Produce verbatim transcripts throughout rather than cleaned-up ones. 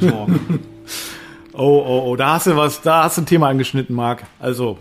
sorgen. Oh, oh, oh, da hast du was, da hast du ein Thema angeschnitten, Marc. Also,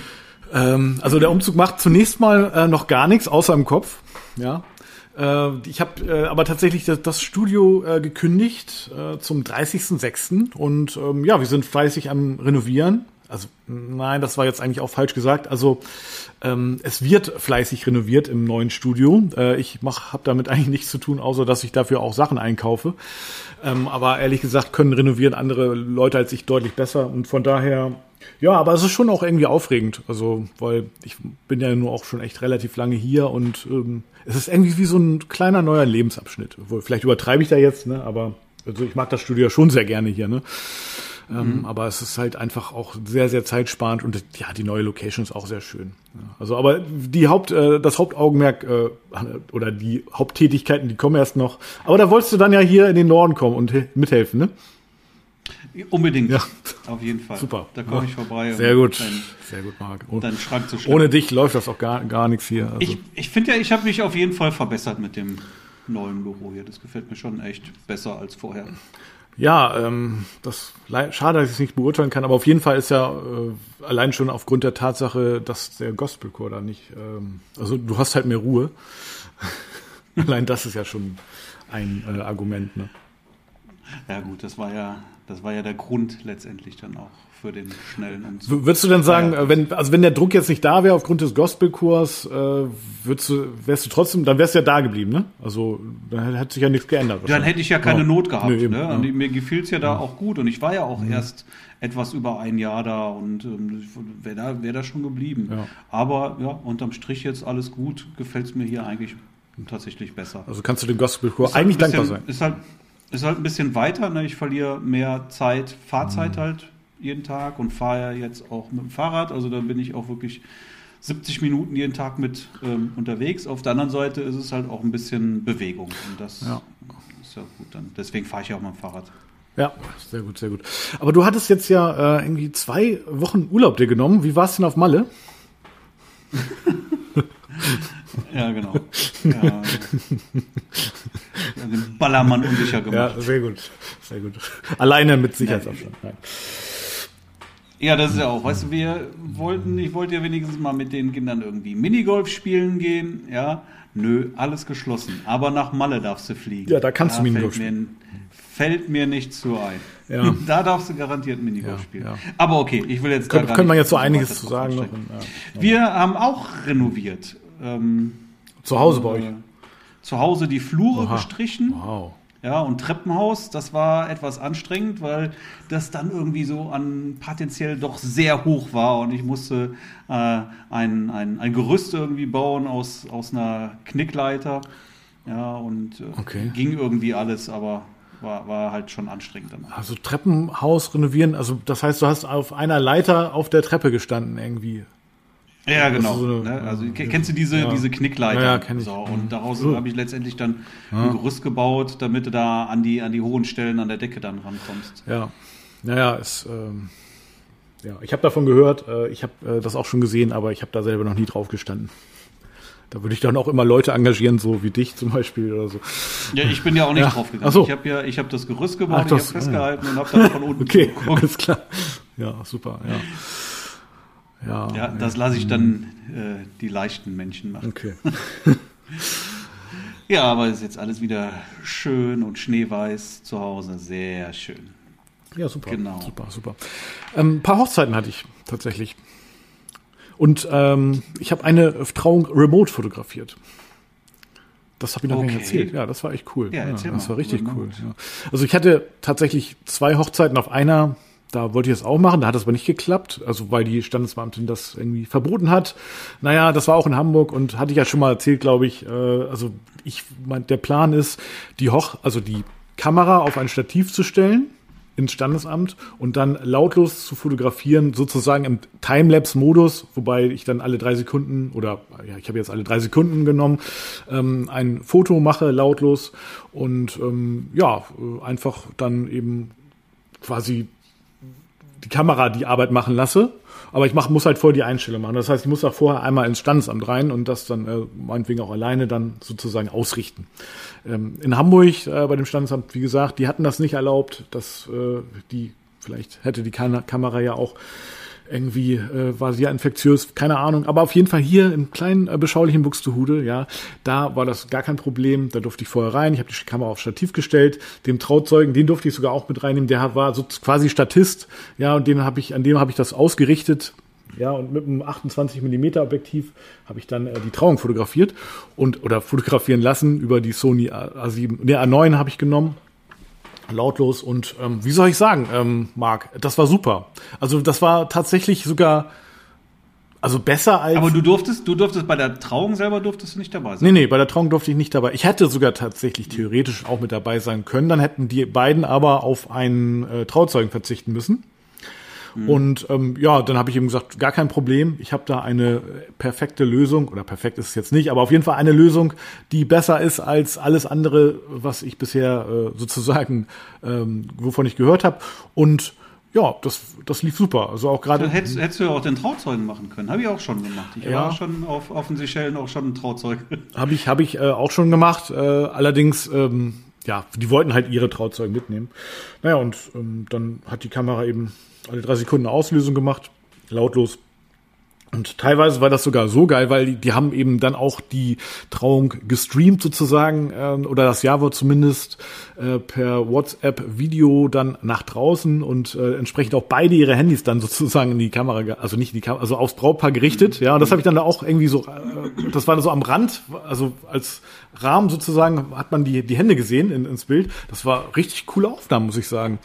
ähm, also der Umzug macht zunächst mal äh, noch gar nichts, außer im Kopf. Ja, äh, ich habe äh, aber tatsächlich das, das Studio äh, gekündigt äh, zum dreißigsten sechsten und ähm, ja, wir sind fleißig am Renovieren. Also nein, das war jetzt eigentlich auch falsch gesagt. Also ähm, es wird fleißig renoviert im neuen Studio. Äh, ich mach, habe damit eigentlich nichts zu tun, außer dass ich dafür auch Sachen einkaufe. Ähm, aber ehrlich gesagt können renovieren andere Leute als ich deutlich besser. Und von daher, ja, aber es ist schon auch irgendwie aufregend. Also, weil ich bin ja nur auch schon echt relativ lange hier und ähm, es ist irgendwie wie so ein kleiner neuer Lebensabschnitt. Vielleicht übertreibe ich da jetzt, ne? Aber also ich mag das Studio ja schon sehr gerne hier, ne? Ähm, mhm. Aber es ist halt einfach auch sehr, sehr zeitsparend und ja, die neue Location ist auch sehr schön. Ja, also, aber die Haupt, äh, das Hauptaugenmerk äh, oder die Haupttätigkeiten, die kommen erst noch. Aber da wolltest du dann ja hier in den Norden kommen und he- mithelfen, ne? Unbedingt, ja. Auf jeden Fall. Super. Da komme ich vorbei. Sehr gut, dein, sehr gut, Marc. Deinen Schrank zu schleppen. Ohne dich läuft das auch gar, gar nichts hier. Also. Ich, ich finde ja, ich habe mich auf jeden Fall verbessert mit dem neuen Büro hier. Das gefällt mir schon echt besser als vorher. Ja, ähm, das schade, dass ich es nicht beurteilen kann, aber auf jeden Fall ist ja äh, allein schon aufgrund der Tatsache, dass der Gospelchor da nicht, ähm, also du hast halt mehr Ruhe. Allein das ist ja schon ein äh, Argument, ne? Ja gut, das war ja, das war ja der Grund letztendlich dann auch für den schnellen Umzug. W- Würdest du denn sagen, ja, wenn, also wenn der Druck jetzt nicht da wäre aufgrund des Gospelchors, äh, würdest du, wärst du trotzdem, dann wärst du ja da geblieben, ne? Also dann hätte sich ja nichts geändert. Dann hätte ich ja keine ja. Not gehabt, nee, eben, ne? Ja. Und mir gefiel es ja da auch gut und ich war ja auch mhm. erst etwas über ein Jahr da und ähm, wäre da, wär da schon geblieben. Ja. Aber ja, unterm Strich jetzt alles gut, gefällt es mir hier eigentlich tatsächlich besser. Also kannst du dem Gospelchor Ist halt eigentlich ein bisschen, dankbar sein. Ist halt, ist halt ein bisschen weiter, ne? Ich verliere mehr Zeit, Fahrzeit mhm. halt jeden Tag und fahre ja jetzt auch mit dem Fahrrad, also da bin ich auch wirklich siebzig Minuten jeden Tag mit ähm, unterwegs. Auf der anderen Seite ist es halt auch ein bisschen Bewegung und das ja. ist ja gut dann. Deswegen fahre ich auch mit dem Fahrrad. Ja, sehr gut, sehr gut. Aber du hattest jetzt ja äh, irgendwie zwei Wochen Urlaub dir genommen. Wie war's denn auf Malle? Ja, genau. Ja, den Ballermann unsicher gemacht. Ja, sehr gut, sehr gut. Alleine mit Sicherheitsabstand. Ja. Ja, das ist ja auch, weißt du, wir wollten, ich wollte ja wenigstens mal mit den Kindern irgendwie Minigolf spielen gehen, ja, nö, alles geschlossen, aber nach Malle darfst du fliegen. Ja, da kannst da du Minigolf fällt spielen. Mir, fällt mir nicht zu ein. Ja. Da darfst du garantiert Minigolf Ja, spielen. ja. Aber okay, ich will jetzt Kön- da gar Können wir nicht jetzt so einiges weiter zu drauf sagen noch? einsteigen. Ja. Wir haben auch renoviert. Ähm, Zu Hause bei euch? äh, Zu Hause die Flure Oha. gestrichen. Wow. Ja, und Treppenhaus, das war etwas anstrengend, weil das dann irgendwie so an potenziell doch sehr hoch war und ich musste äh, ein, ein, ein Gerüst irgendwie bauen aus, aus einer Knickleiter. Ja, und äh, Okay. ging irgendwie alles, aber war, war halt schon anstrengend dann. Also Treppenhaus renovieren, also das heißt, du hast auf einer Leiter auf der Treppe gestanden irgendwie. Ja, genau. so eine, ne? Also ja, kennst du diese, ja. diese Knickleiter? Ja, ja, kenn ich. So, und daraus Oh. habe ich letztendlich dann Ja. ein Gerüst gebaut, damit du da an die, an die hohen Stellen an der Decke dann rankommst. Ja, naja, es, ähm, ja, ich habe davon gehört, äh, ich habe äh, das auch schon gesehen, aber ich habe da selber noch nie drauf gestanden. Da würde ich dann auch immer Leute engagieren, so wie dich zum Beispiel oder so. Ja, ich bin ja auch nicht Ja. drauf gegangen. Ach so. Ich habe ja, ich habe das Gerüst gebaut, Ach, ich habe das- festgehalten und habe dann von unten Okay, zugeguckt. alles klar. Ja, super, ja. Ja, Ja, das lasse ich dann äh, die leichten Menschen machen. Okay. Ja, aber es ist jetzt alles wieder schön und schneeweiß zu Hause. Sehr schön. Ja, super. Genau. Super, super. Ähm, ein paar Hochzeiten hatte ich tatsächlich. Und ähm, ich habe eine Trauung remote fotografiert. Das habe ich noch gar nicht Okay. erzählt. Ja, das war echt cool. Ja, erzähl das mal. war richtig Remote. cool. Ja. Also ich hatte tatsächlich zwei Hochzeiten auf einer. Da wollte ich das auch machen, da hat das aber nicht geklappt, also weil die Standesbeamtin das irgendwie verboten hat. Naja, das war auch in Hamburg und hatte ich ja schon mal erzählt, glaube ich. Äh, also ich, mein, der Plan ist, die Hoch, also die Kamera auf ein Stativ zu stellen ins Standesamt und dann lautlos zu fotografieren, sozusagen im Timelapse-Modus, wobei ich dann alle drei Sekunden oder ja, ich habe jetzt alle drei Sekunden genommen, ähm, ein Foto mache lautlos und ähm, ja, einfach dann eben quasi die Kamera die Arbeit machen lasse. Aber ich mach, muss halt vorher die Einstellung machen. Das heißt, ich muss auch vorher einmal ins Standesamt rein und das dann äh, meinetwegen auch alleine dann sozusagen ausrichten. Ähm, in Hamburg äh, bei dem Standesamt, wie gesagt, die hatten das nicht erlaubt, dass äh, die, vielleicht hätte die Kam- Kamera ja auch irgendwie, äh, war sie ja infektiös, keine Ahnung. Aber auf jeden Fall hier im kleinen, äh, beschaulichen Buxtehude, ja, da war das gar kein Problem. Da durfte ich vorher rein. Ich habe die Kamera auf Stativ gestellt. Dem Trauzeugen, den durfte ich sogar auch mit reinnehmen. Der war so quasi Statist, ja, und den habe ich, an dem habe ich das ausgerichtet. Ja, und mit einem achtundzwanzig Millimeter Objektiv habe ich dann äh, die Trauung fotografiert und oder fotografieren lassen über die Sony A sieben, ne, A neun habe ich genommen. Lautlos und ähm, wie soll ich sagen, ähm, Marc, das war super. Also das war tatsächlich sogar, also besser als... Aber du durftest, du durftest bei der Trauung selber durftest du nicht dabei sein? Nee, nee, bei der Trauung durfte ich nicht dabei. Ich hätte sogar tatsächlich theoretisch auch mit dabei sein können. Dann hätten die beiden aber auf einen äh, Trauzeugen verzichten müssen. Mhm. Und ähm, ja, dann habe ich ihm gesagt, gar kein Problem. Ich habe da eine perfekte Lösung, oder perfekt ist es jetzt nicht, aber auf jeden Fall eine Lösung, die besser ist als alles andere, was ich bisher äh, sozusagen, ähm, wovon ich gehört habe. Und ja, das, das lief super. Also auch gerade. Hättest, hättest du ja auch den Trauzeugen machen können. Habe ich auch schon gemacht. Ich ja. war schon auf, auf den Seychellen auch schon ein Trauzeug. Habe ich, hab ich äh, auch schon gemacht. Äh, allerdings, ähm, ja, die wollten halt ihre Trauzeugen mitnehmen. Naja, und ähm, dann hat die Kamera eben alle drei Sekunden eine Auslösung gemacht, lautlos. Und teilweise war das sogar so geil, weil die, die haben eben dann auch die Trauung gestreamt sozusagen, äh, oder das Jawort zumindest äh, per WhatsApp-Video dann nach draußen und äh, entsprechend auch beide ihre Handys dann sozusagen in die Kamera, ge- also nicht in die Kamera, also aufs Brautpaar gerichtet. Ja, und das habe ich dann da auch irgendwie so, äh, das war so am Rand, also als Rahmen sozusagen hat man die, die Hände gesehen in, ins Bild. Das war richtig coole Aufnahmen, muss ich sagen.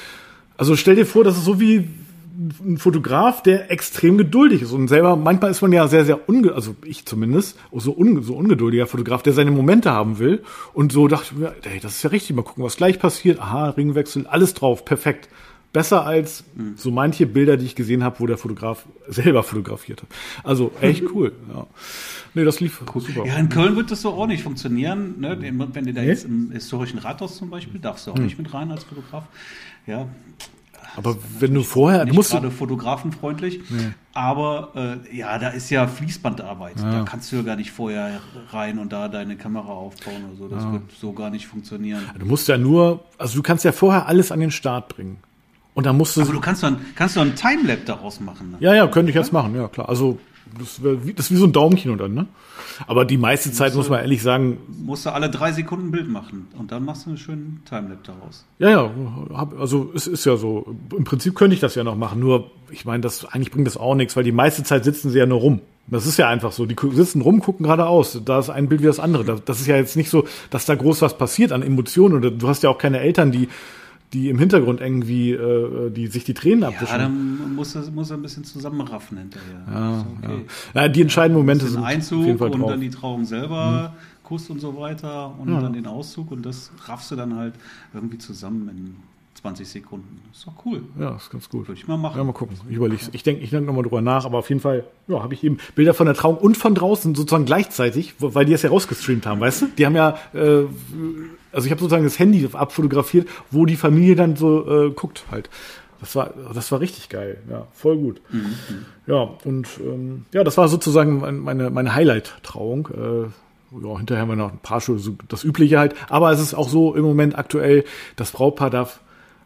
Also stell dir vor, das ist so wie ein Fotograf, der extrem geduldig ist und selber, manchmal ist man ja sehr, sehr unge, also ich zumindest, so, un, so ungeduldiger Fotograf, der seine Momente haben will und so dachte ich mir, ey, das ist ja richtig, mal gucken, was gleich passiert, aha, Ringwechsel, alles drauf, perfekt. Besser als mhm. so manche Bilder, die ich gesehen habe, wo der Fotograf selber fotografiert hat. Also echt cool, ja. Nee, das lief cool, super. Ja, in Köln wird das so auch nicht funktionieren, ne? Wenn du da jetzt im historischen Rathaus zum Beispiel, darfst du auch hm. nicht mit rein als Fotograf. Ja. Aber wenn du vorher, nicht du musst gerade fotografenfreundlich, nee. aber äh, ja, da ist ja Fließbandarbeit. Ja. Da kannst du ja gar nicht vorher rein und da deine Kamera aufbauen oder so. Das ja. wird so gar nicht funktionieren. Du musst ja nur, also du kannst ja vorher alles an den Start bringen. Und dann musst du. Aber du kannst dann kannst du einen Timelapse daraus machen. Ne? Ja, ja, könnte ich jetzt machen, ja klar. Also das, wär, das ist wie so ein Daumenkino dann, ne? Aber die meiste Zeit, muss man ehrlich sagen... Musst du alle drei Sekunden ein Bild machen und dann machst du einen schönen Timelapse daraus. Ja, ja, hab, also es ist ja so. Im Prinzip könnte ich das ja noch machen, nur ich meine, das eigentlich bringt das auch nichts, weil die meiste Zeit sitzen sie ja nur rum. Das ist ja einfach so. Die sitzen rum, gucken geradeaus. Da ist ein Bild wie das andere. Das ist ja jetzt nicht so, dass da groß was passiert an Emotionen. Oder du hast ja auch keine Eltern, die die im Hintergrund irgendwie, äh, die sich die Tränen abwischen. Ja, dann muss er, muss er ein bisschen zusammenraffen hinterher. Ja, okay. ja. ja, die entscheidenden Momente sind Einzug auf jeden Fall drauf. Und dann die Trauung selber, mhm. Kuss und so weiter und ja. dann den Auszug und das raffst du dann halt irgendwie zusammen in zwanzig Sekunden. Ist doch cool. Ja, ist ganz gut. Würde ich mal machen. Ja, mal gucken. Ich überlege, ich denke, ich denke nochmal drüber nach, aber auf jeden Fall, ja, habe ich eben Bilder von der Trauung und von draußen sozusagen gleichzeitig, weil die das ja rausgestreamt haben, weißt du? Die haben ja, äh, also ich habe sozusagen das Handy abfotografiert, wo die Familie dann so äh, guckt halt. Das war, das war richtig geil, ja, voll gut. Mhm. Ja, und ähm, ja, das war sozusagen meine, meine Highlight-Trauung. Äh, ja, hinterher haben wir noch ein paar Schuhe, so das Übliche halt. Aber es ist auch so im Moment aktuell, das Brautpaar darf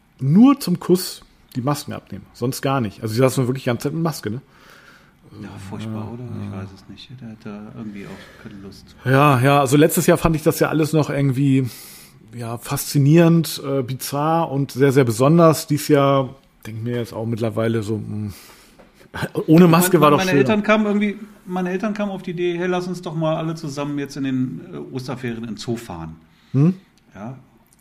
nur zum Kuss die Masken abnehmen, sonst gar nicht. Also sie saßen wirklich die ganze Zeit mit Maske, ne? Ja, furchtbar, ja, oder? Ich weiß es nicht. Der hat da irgendwie auch keine Lust. Ja, ja, also letztes Jahr fand ich das ja alles noch irgendwie ja, faszinierend, äh, bizarr und sehr, sehr besonders. Dies Jahr denke ich mir jetzt auch mittlerweile so, mh, ohne Maske meine, war doch meine schöner. Eltern kamen irgendwie, meine Eltern kamen auf die Idee, hey, lass uns doch mal alle zusammen jetzt in den äh, Osterferien in den Zoo fahren. Hm? Ja,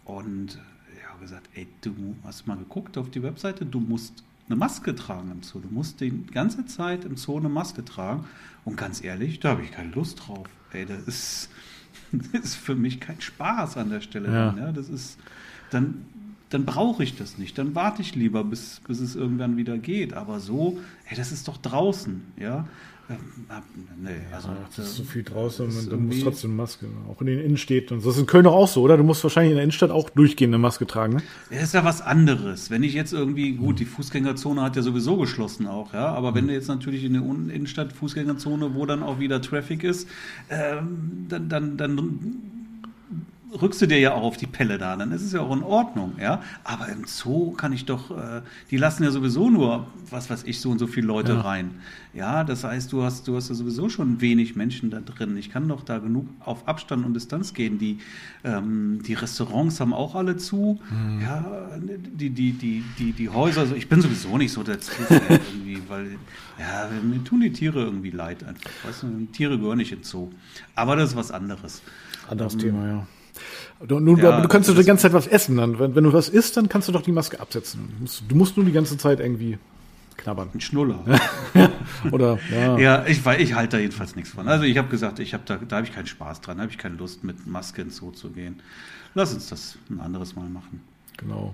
und ich habe gesagt, ey, du hast mal geguckt auf die Webseite, du musst eine Maske tragen im Zoo. Du musst die ganze Zeit im Zoo eine Maske tragen. Und ganz ehrlich, da habe ich keine Lust drauf. Ey, das ist, das ist für mich kein Spaß an der Stelle. Ja. Dann, ja. Das ist dann, dann brauche ich das nicht. Dann warte ich lieber, bis, bis es irgendwann wieder geht. Aber so, hey, das ist doch draußen, ja. Nee, also ja, das ist so viel draußen und dann irgendwie... muss trotzdem Maske, auch in den Innenstädten und so. Das ist in Köln doch auch so, oder? Du musst wahrscheinlich in der Innenstadt auch durchgehend eine Maske tragen, ne? Das ist ja was anderes. Wenn ich jetzt irgendwie, gut, die Fußgängerzone hat ja sowieso geschlossen auch, ja, aber wenn du jetzt natürlich in der Innenstadt Fußgängerzone, wo dann auch wieder Traffic ist, ähm, dann, dann, dann rückst du dir ja auch auf die Pelle da, dann ist es ja auch in Ordnung, ja. Aber im Zoo kann ich doch, äh, die lassen ja sowieso nur, was weiß ich, so und so viele Leute ja. rein. Ja, das heißt, du hast, du hast ja sowieso schon wenig Menschen da drin. Ich kann doch da genug auf Abstand und Distanz gehen. Die, ähm, die Restaurants haben auch alle zu. Mhm. Ja, die, die, die, die, die Häuser, also ich bin sowieso nicht so der Zoo-Fan irgendwie, weil, ja, mir tun die Tiere irgendwie leid einfach. Weißt du, Tiere gehören nicht in Zoo. Aber das ist was anderes. Anderes ähm, Thema, ja. Du, nun, ja, du kannst doch die ganze Zeit was essen. Dann. Wenn, wenn du was isst, dann kannst du doch die Maske absetzen. Du musst, du musst nur die ganze Zeit irgendwie knabbern. Ein Schnuller. Oder, ja. Ja, ich, ich halte da jedenfalls nichts von. Also ich habe gesagt, ich hab da, da habe ich keinen Spaß dran, da habe ich keine Lust, mit Maske ins Zoo zu gehen. Lass uns das ein anderes Mal machen. Genau.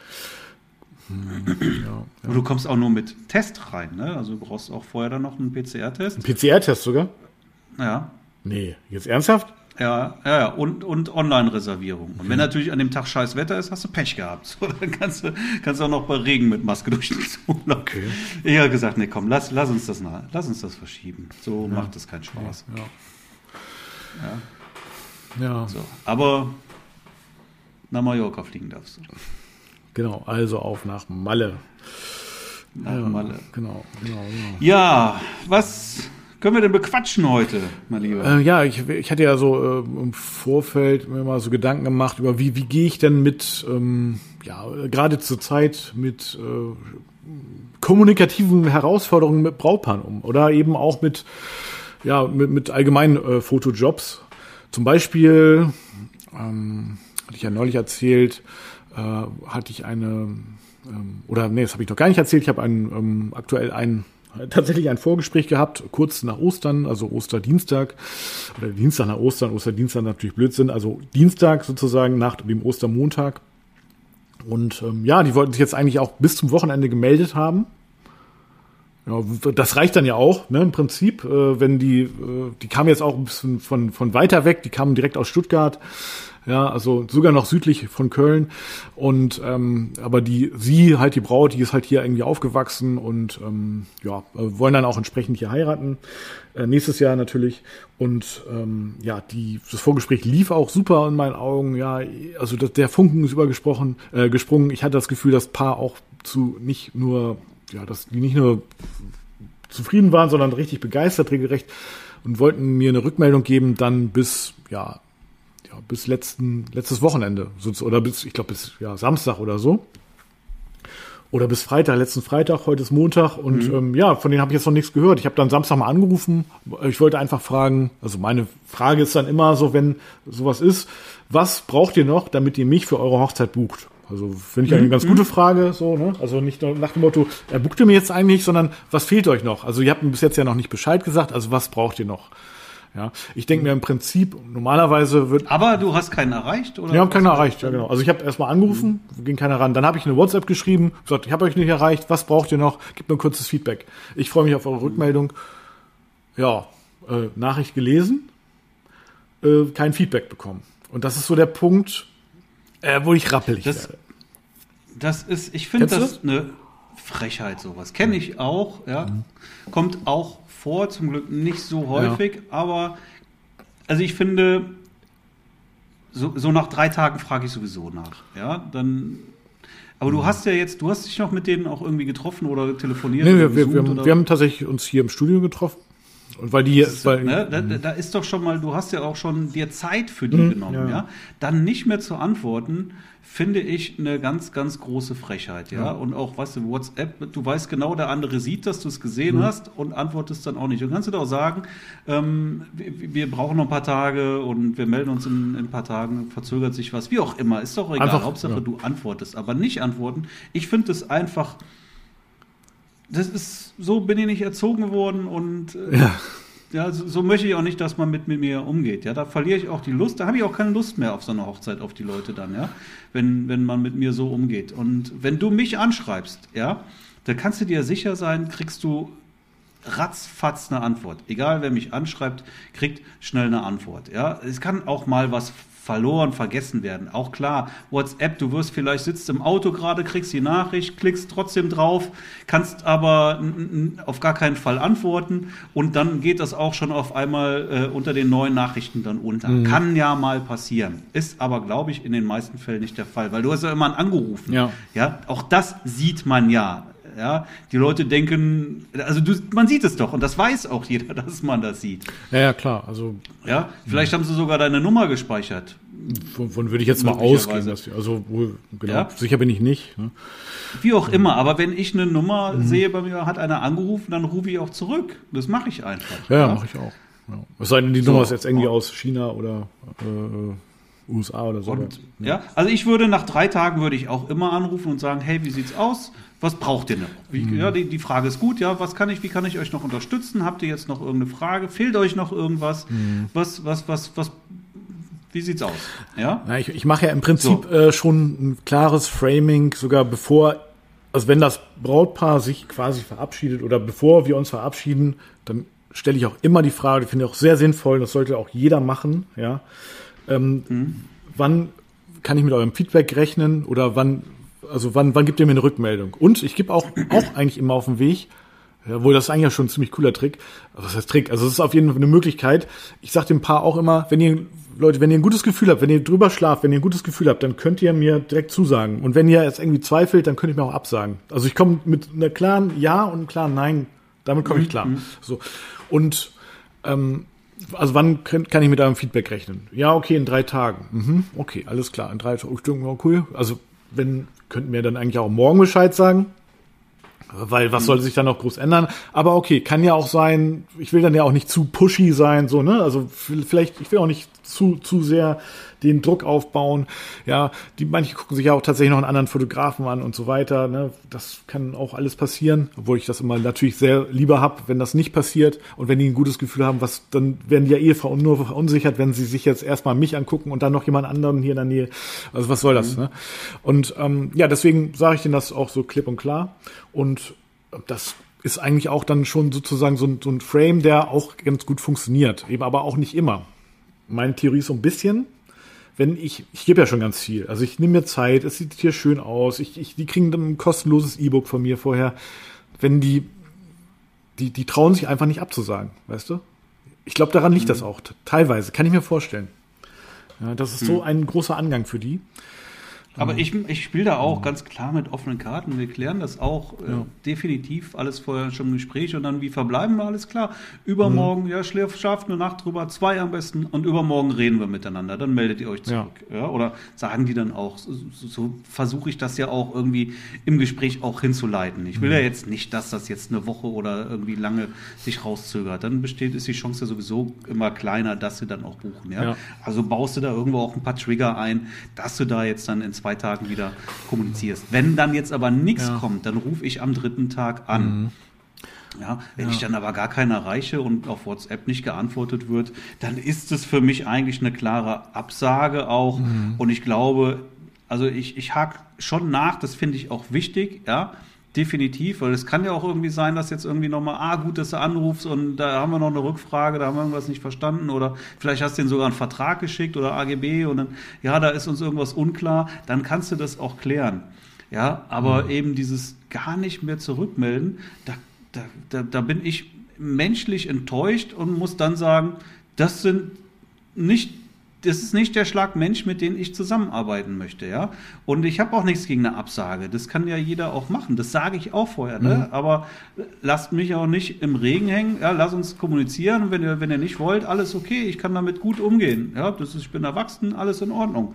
Hm, ja, ja. Und du kommst auch nur mit Test rein, ne? Also du brauchst auch vorher dann noch einen P C R-Test. Ein P C R-Test sogar? Ja. Nee, jetzt ernsthaft? Ja, ja, ja, und, und Online-Reservierung. Und wenn natürlich an dem Tag scheiß Wetter ist, hast du Pech gehabt. So, dann kannst du, kannst du auch noch bei Regen mit Maske durch den Zoo laufen. Okay. Ich habe gesagt, nee, komm, lass, lass uns das nach, lass uns das verschieben. So ja. macht das keinen Spaß. Ja. Ja. ja. So, aber nach Mallorca fliegen darfst du. Genau, also auf nach Malle. Nach ja, Malle. Genau, genau, genau. Ja, was können wir denn bequatschen heute, mein Lieber? Äh, ja, ich, ich hatte ja so äh, im Vorfeld mir mal so Gedanken gemacht über, wie, wie gehe ich denn mit, ähm, ja, gerade zur Zeit mit äh, kommunikativen Herausforderungen mit Brautpaaren um. Oder eben auch mit, ja, mit, mit allgemeinen äh, Fotojobs. Zum Beispiel, ähm, hatte ich ja neulich erzählt, äh, hatte ich eine, ähm, oder nee, das habe ich noch gar nicht erzählt, ich habe einen, ähm, aktuell einen tatsächlich ein Vorgespräch gehabt, kurz nach Ostern, also Osterdienstag, oder Dienstag nach Ostern, Osterdienstag natürlich Blödsinn, also Dienstag sozusagen nach dem Ostermontag. Und ähm, ja, die wollten sich jetzt eigentlich auch bis zum Wochenende gemeldet haben. Ja, das reicht dann ja auch, ne, im Prinzip, äh, wenn die, äh, die kamen jetzt auch ein bisschen von, von weiter weg, die kamen direkt aus Stuttgart. Ja, also sogar noch südlich von Köln. Und ähm, aber die, sie halt die Braut, die ist halt hier irgendwie aufgewachsen und ähm, ja, wollen dann auch entsprechend hier heiraten. Äh, nächstes Jahr natürlich. Und ähm, ja, die, das Vorgespräch lief auch super in meinen Augen. Ja, also das, der Funken ist übergesprochen, äh, gesprungen. Ich hatte das Gefühl, das Paar auch zu nicht nur, ja, dass die nicht nur zufrieden waren, sondern richtig begeistert, regelrecht und wollten mir eine Rückmeldung geben, dann bis ja. bis letzten letztes Wochenende oder bis, ich glaube, bis ja, Samstag oder so. Oder bis Freitag, letzten Freitag, heute ist Montag und mhm. ähm, ja, von denen habe ich jetzt noch nichts gehört. Ich habe dann Samstag mal angerufen. Ich wollte einfach fragen, also meine Frage ist dann immer so, wenn sowas ist, was braucht ihr noch, damit ihr mich für eure Hochzeit bucht? Also finde ich mhm. eine ganz gute Frage, so, ne? Also nicht nur nach dem Motto, er bucht ihr mir jetzt eigentlich, sondern was fehlt euch noch? Also ihr habt mir bis jetzt ja noch nicht Bescheid gesagt, also was braucht ihr noch? Ja, ich denke mir im Prinzip, normalerweise wird... Aber du hast keinen erreicht, oder? Ja, haben keinen erreicht, ja genau. Also ich habe erstmal angerufen, mhm. ging keiner ran. Dann habe ich eine WhatsApp geschrieben, gesagt, ich habe euch nicht erreicht, was braucht ihr noch? Gebt mir ein kurzes Feedback. Ich freue mich auf eure Rückmeldung. Ja, äh, Nachricht gelesen, äh, kein Feedback bekommen. Und das ist so der Punkt, äh, wo ich rappelig das, werde. Das ist, ich finde das, das eine Frechheit, sowas. Kenne ich auch, ja. Mhm. Kommt auch vor, zum Glück nicht so häufig, ja. aber also ich finde, so, so nach drei Tagen frage ich sowieso nach. Ja, dann. Aber mhm. du hast ja jetzt, du hast dich noch mit denen auch irgendwie getroffen oder telefoniert? Nee, oder wir, wir, haben, wir haben tatsächlich uns hier im Studio getroffen. Und weil die, ist, weil, ne, da, da ist doch schon mal, du hast ja auch schon dir Zeit für die mhm, genommen, ja. ja. Dann nicht mehr zu antworten, finde ich eine ganz, ganz große Frechheit, ja. ja. Und auch, weißt du, WhatsApp, du weißt genau, der andere sieht, dass du es gesehen mhm. hast und antwortest dann auch nicht. Und kannst du doch sagen, ähm, wir, wir brauchen noch ein paar Tage und wir melden uns in, in ein paar Tagen, verzögert sich was, wie auch immer, ist doch egal. Einfach, Hauptsache, ja. du antwortest, aber nicht antworten. Ich finde das einfach. Das ist, so bin ich nicht erzogen worden und äh, ja. ja, so, so möchte ich auch nicht, dass man mit, mit mir umgeht. Ja, da verliere ich auch die Lust, da habe ich auch keine Lust mehr auf so eine Hochzeit, auf die Leute dann, ja, wenn, wenn man mit mir so umgeht. Und wenn du mich anschreibst, ja, da kannst du dir sicher sein, kriegst du ratzfatz eine Antwort. Egal, wer mich anschreibt, kriegt schnell eine Antwort. Ja, es kann auch mal was verloren, vergessen werden. Auch klar, WhatsApp, du wirst vielleicht, sitzt im Auto gerade, kriegst die Nachricht, klickst trotzdem drauf, kannst aber n- n- auf gar keinen Fall antworten und dann geht das auch schon auf einmal äh, unter den neuen Nachrichten dann unter. Mhm. Kann ja mal passieren. Ist aber, glaube ich, in den meisten Fällen nicht der Fall, weil du hast ja immer angerufen. Ja. Ja, auch das sieht man ja. Ja, die Leute denken, also du, man sieht es doch und das weiß auch jeder, dass man das sieht. Ja, ja, klar. Also ja, vielleicht ja. haben sie sogar deine Nummer gespeichert. Wovon würde ich jetzt mal ausgehen? Dass die, also wohl, genau, ja. Sicher bin ich nicht. Ne? Wie auch immer, aber wenn ich eine Nummer mhm. sehe, bei mir hat einer angerufen, dann rufe ich auch zurück. Das mache ich einfach. Ja, ja. mache ich auch. Ja. Es sei denn, die so. Nummer ist jetzt irgendwie aus China oder äh, U S A oder so. Und, ja. ja, also ich würde nach drei Tagen würde ich auch immer anrufen und sagen, hey, wie sieht's aus? Was braucht ihr noch? Wie, mhm. Ja, die, die Frage ist gut, ja, was kann ich, wie kann ich euch noch unterstützen? Habt ihr jetzt noch irgendeine Frage? Fehlt euch noch irgendwas? Mhm. Was, was, was, was, wie sieht's aus? Ja? Ja, ich, ich mache ja im Prinzip so. äh, schon ein klares Framing, sogar bevor, also wenn das Brautpaar sich quasi verabschiedet oder bevor wir uns verabschieden, dann stelle ich auch immer die Frage, die finde ich auch sehr sinnvoll, das sollte auch jeder machen, ja. Ähm, mhm. Wann kann ich mit eurem Feedback rechnen oder wann, also wann, wann gibt ihr mir eine Rückmeldung? Und ich gebe auch, auch eigentlich immer auf den Weg, ja, wohl das ist eigentlich schon ein ziemlich cooler Trick. Was heißt Trick? Also es ist auf jeden Fall eine Möglichkeit. Ich sage dem Paar auch immer, wenn ihr, Leute, wenn ihr ein gutes Gefühl habt, wenn ihr drüber schlaft, wenn ihr ein gutes Gefühl habt, dann könnt ihr mir direkt zusagen. Und wenn ihr jetzt irgendwie zweifelt, dann könnt ihr mir auch absagen. Also ich komme mit einer klaren Ja und einem klaren Nein, damit komme ich klar. Mhm. So. Und ähm, also wann kann ich mit eurem Feedback rechnen? Ja, okay, in drei Tagen. Mhm, okay, alles klar. In drei Tagen, oh, cool. Also wenn, könnten wir dann eigentlich auch morgen Bescheid sagen. Weil was soll sich dann noch groß ändern? Aber okay, kann ja auch sein, ich will dann ja auch nicht zu pushy sein, so, ne? Also vielleicht, ich will auch nicht zu, zu sehr den Druck aufbauen. Ja, die, manche gucken sich ja auch tatsächlich noch einen anderen Fotografen an und so weiter, ne? Das kann auch alles passieren, obwohl ich das immer natürlich sehr lieber habe, wenn das nicht passiert und wenn die ein gutes Gefühl haben, was, dann werden die ja Ehefrauen nur verunsichert, wenn sie sich jetzt erstmal mich angucken und dann noch jemand anderen hier in der Nähe. Also was soll das, mhm. ne? Und ähm, ja, deswegen sage ich denen das auch so klipp und klar. Und das ist eigentlich auch dann schon sozusagen so ein, so ein Frame, der auch ganz gut funktioniert, eben aber auch nicht immer. Meine Theorie ist so ein bisschen, wenn ich, ich gebe ja schon ganz viel, also ich nehme mir Zeit, es sieht hier schön aus, ich, ich, die kriegen dann ein kostenloses E-Book von mir vorher, wenn die, die, die trauen sich einfach nicht abzusagen, weißt du? Ich glaube, daran liegt mhm. das auch, teilweise, kann ich mir vorstellen. Ja, das ist mhm. so ein großer Angang für die. Aber ich, ich spiele da auch ganz klar mit offenen Karten. Wir klären das auch äh, ja. definitiv alles vorher schon im Gespräch und dann wie verbleiben wir, alles klar. Übermorgen, mhm. ja, schläft, schlaft eine Nacht drüber, zwei am besten und übermorgen reden wir miteinander. Dann meldet ihr euch zurück. Ja. Ja, oder sagen die dann auch, so, so versuche ich das ja auch irgendwie im Gespräch auch hinzuleiten. Ich will mhm. ja jetzt nicht, dass das jetzt eine Woche oder irgendwie lange sich rauszögert. Dann besteht, ist die Chance ja sowieso immer kleiner, dass sie dann auch buchen. Ja? Ja. Also baust du da irgendwo auch ein paar Trigger ein, dass du da jetzt dann in zwei Tagen wieder kommunizierst. Wenn dann jetzt aber nichts ja. kommt, dann rufe ich am dritten Tag an. Mhm. Ja, wenn ja. ich dann aber gar keinen erreiche und auf WhatsApp nicht geantwortet wird, dann ist es für mich eigentlich eine klare Absage auch. Mhm. Und ich glaube, also ich, ich hake schon nach, das finde ich auch wichtig, ja, definitiv, weil es kann ja auch irgendwie sein, dass jetzt irgendwie nochmal, ah, gut, dass du anrufst und da haben wir noch eine Rückfrage, da haben wir irgendwas nicht verstanden oder vielleicht hast du denen sogar einen Vertrag geschickt oder A G B und dann, ja, da ist uns irgendwas unklar, dann kannst du das auch klären. Ja, aber mhm. eben dieses gar nicht mehr zurückmelden, da, da, da, da bin ich menschlich enttäuscht und muss dann sagen, das sind nicht Das ist nicht der Schlag Mensch, mit dem ich zusammenarbeiten möchte, ja. Und ich habe auch nichts gegen eine Absage. Das kann ja jeder auch machen. Das sage ich auch vorher, ne? Mhm. Aber lasst mich auch nicht im Regen hängen. Ja, lass uns kommunizieren. Und wenn ihr, wenn ihr nicht wollt, alles okay. Ich kann damit gut umgehen. Ja, das ist, ich bin erwachsen, alles in Ordnung.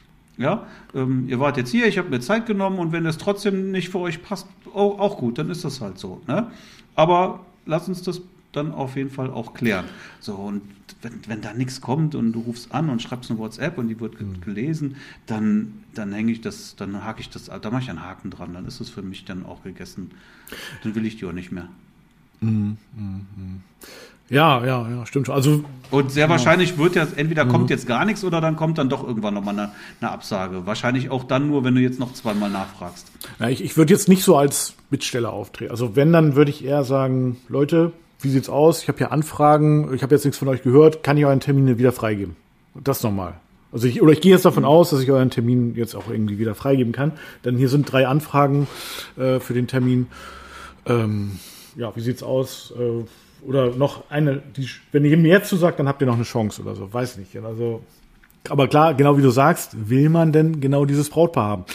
Ja, ähm, ihr wart jetzt hier, ich habe mir Zeit genommen und wenn das trotzdem nicht für euch passt, auch, auch gut, dann ist das halt so, ne? Aber lasst uns das dann auf jeden Fall auch klären. So, und wenn, wenn da nichts kommt und du rufst an und schreibst eine WhatsApp und die wird ge- gelesen, dann, dann hänge ich das, dann hake ich das, da mache ich einen Haken dran, dann ist es für mich dann auch gegessen. Dann will ich die auch nicht mehr. Mhm, mhm. Ja, ja, ja, stimmt schon. Also, Und sehr genau. wahrscheinlich wird ja, entweder kommt jetzt gar nichts oder dann kommt dann doch irgendwann nochmal eine, eine Absage. Wahrscheinlich auch dann nur, wenn du jetzt noch zweimal nachfragst. Ja, ich, ich würde jetzt nicht so als Bittsteller auftreten. Also wenn, dann würde ich eher sagen, Leute, wie sieht's aus? Ich habe hier Anfragen, ich habe jetzt nichts von euch gehört, kann ich euren Termin wieder freigeben? Das nochmal. Also ich, oder ich gehe jetzt davon aus, dass ich euren Termin jetzt auch irgendwie wieder freigeben kann. Denn hier sind drei Anfragen äh, für den Termin. Ähm, ja, wie sieht's aus? Äh, oder noch eine, die, wenn ihr mir jetzt zusagt, dann habt ihr noch eine Chance oder so. Weiß nicht. Also, aber klar, genau wie du sagst, will man denn genau dieses Brautpaar haben?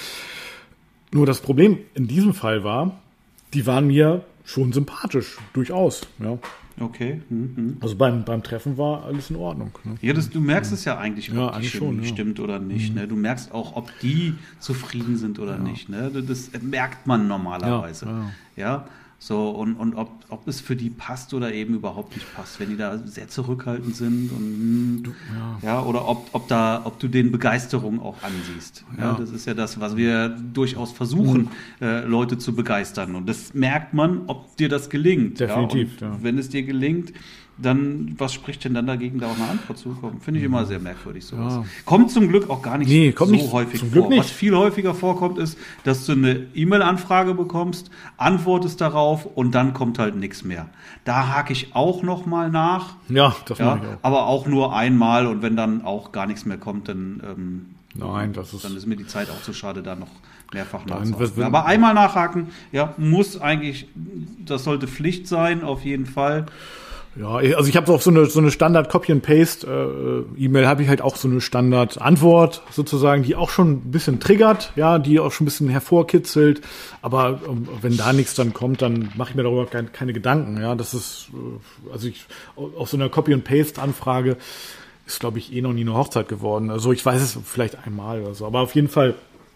Nur das Problem in diesem Fall war, die waren mir schon sympathisch, durchaus. Ja. Okay. Mhm. Also beim, beim Treffen war alles in Ordnung. Ne? Ja, das, du merkst es ja eigentlich, ob Ja, die eigentlich Chemie schon, ja. stimmt oder nicht. Ne? Du merkst auch, ob die zufrieden sind oder nicht. Ne? Das merkt man normalerweise. Ja, ja. Ja, so, und, und ob, ob es für die passt oder eben überhaupt nicht passt, wenn die da sehr zurückhaltend sind und Du, ja. ja, oder ob, ob da, ob du den Begeisterung auch ansiehst. Ja, Ja. das ist ja das, was wir durchaus versuchen, äh, Leute zu begeistern. Und das merkt man, ob dir das gelingt. Definitiv, Ja, und ja. wenn es dir gelingt, dann, was spricht denn dann dagegen, da auch eine Antwort zu bekommen? Finde ich immer sehr merkwürdig, sowas. Ja. Kommt zum Glück auch gar nicht Nee, kommt so nicht- häufig zum Glück vor. nicht. Was viel häufiger vorkommt, ist, dass du eine E-Mail-Anfrage bekommst, antwortest darauf und dann kommt halt nichts mehr. Da hake ich auch noch mal nach, Ja, das ja, mache ich auch. aber auch nur einmal, und wenn dann auch gar nichts mehr kommt, dann, ähm, Nein, das ist. dann ist mir die Zeit auch zu schade, da noch mehrfach Dann nachzuhaken. wird- wird- Aber einmal nachhaken, ja, muss eigentlich, das sollte Pflicht sein, auf jeden Fall. Ja, also ich habe auf so eine so eine Standard Copy and Paste äh, E-Mail habe ich halt auch so eine Standard Antwort sozusagen, die auch schon ein bisschen triggert, ja, die auch schon ein bisschen hervorkitzelt, aber ähm, wenn da nichts dann kommt, dann mache ich mir darüber kein, keine Gedanken, ja, das ist äh, also ich auf so einer Copy and Paste Anfrage ist, glaube ich, eh noch nie eine Hochzeit geworden. Also ich weiß es vielleicht einmal oder so, aber auf jeden Fall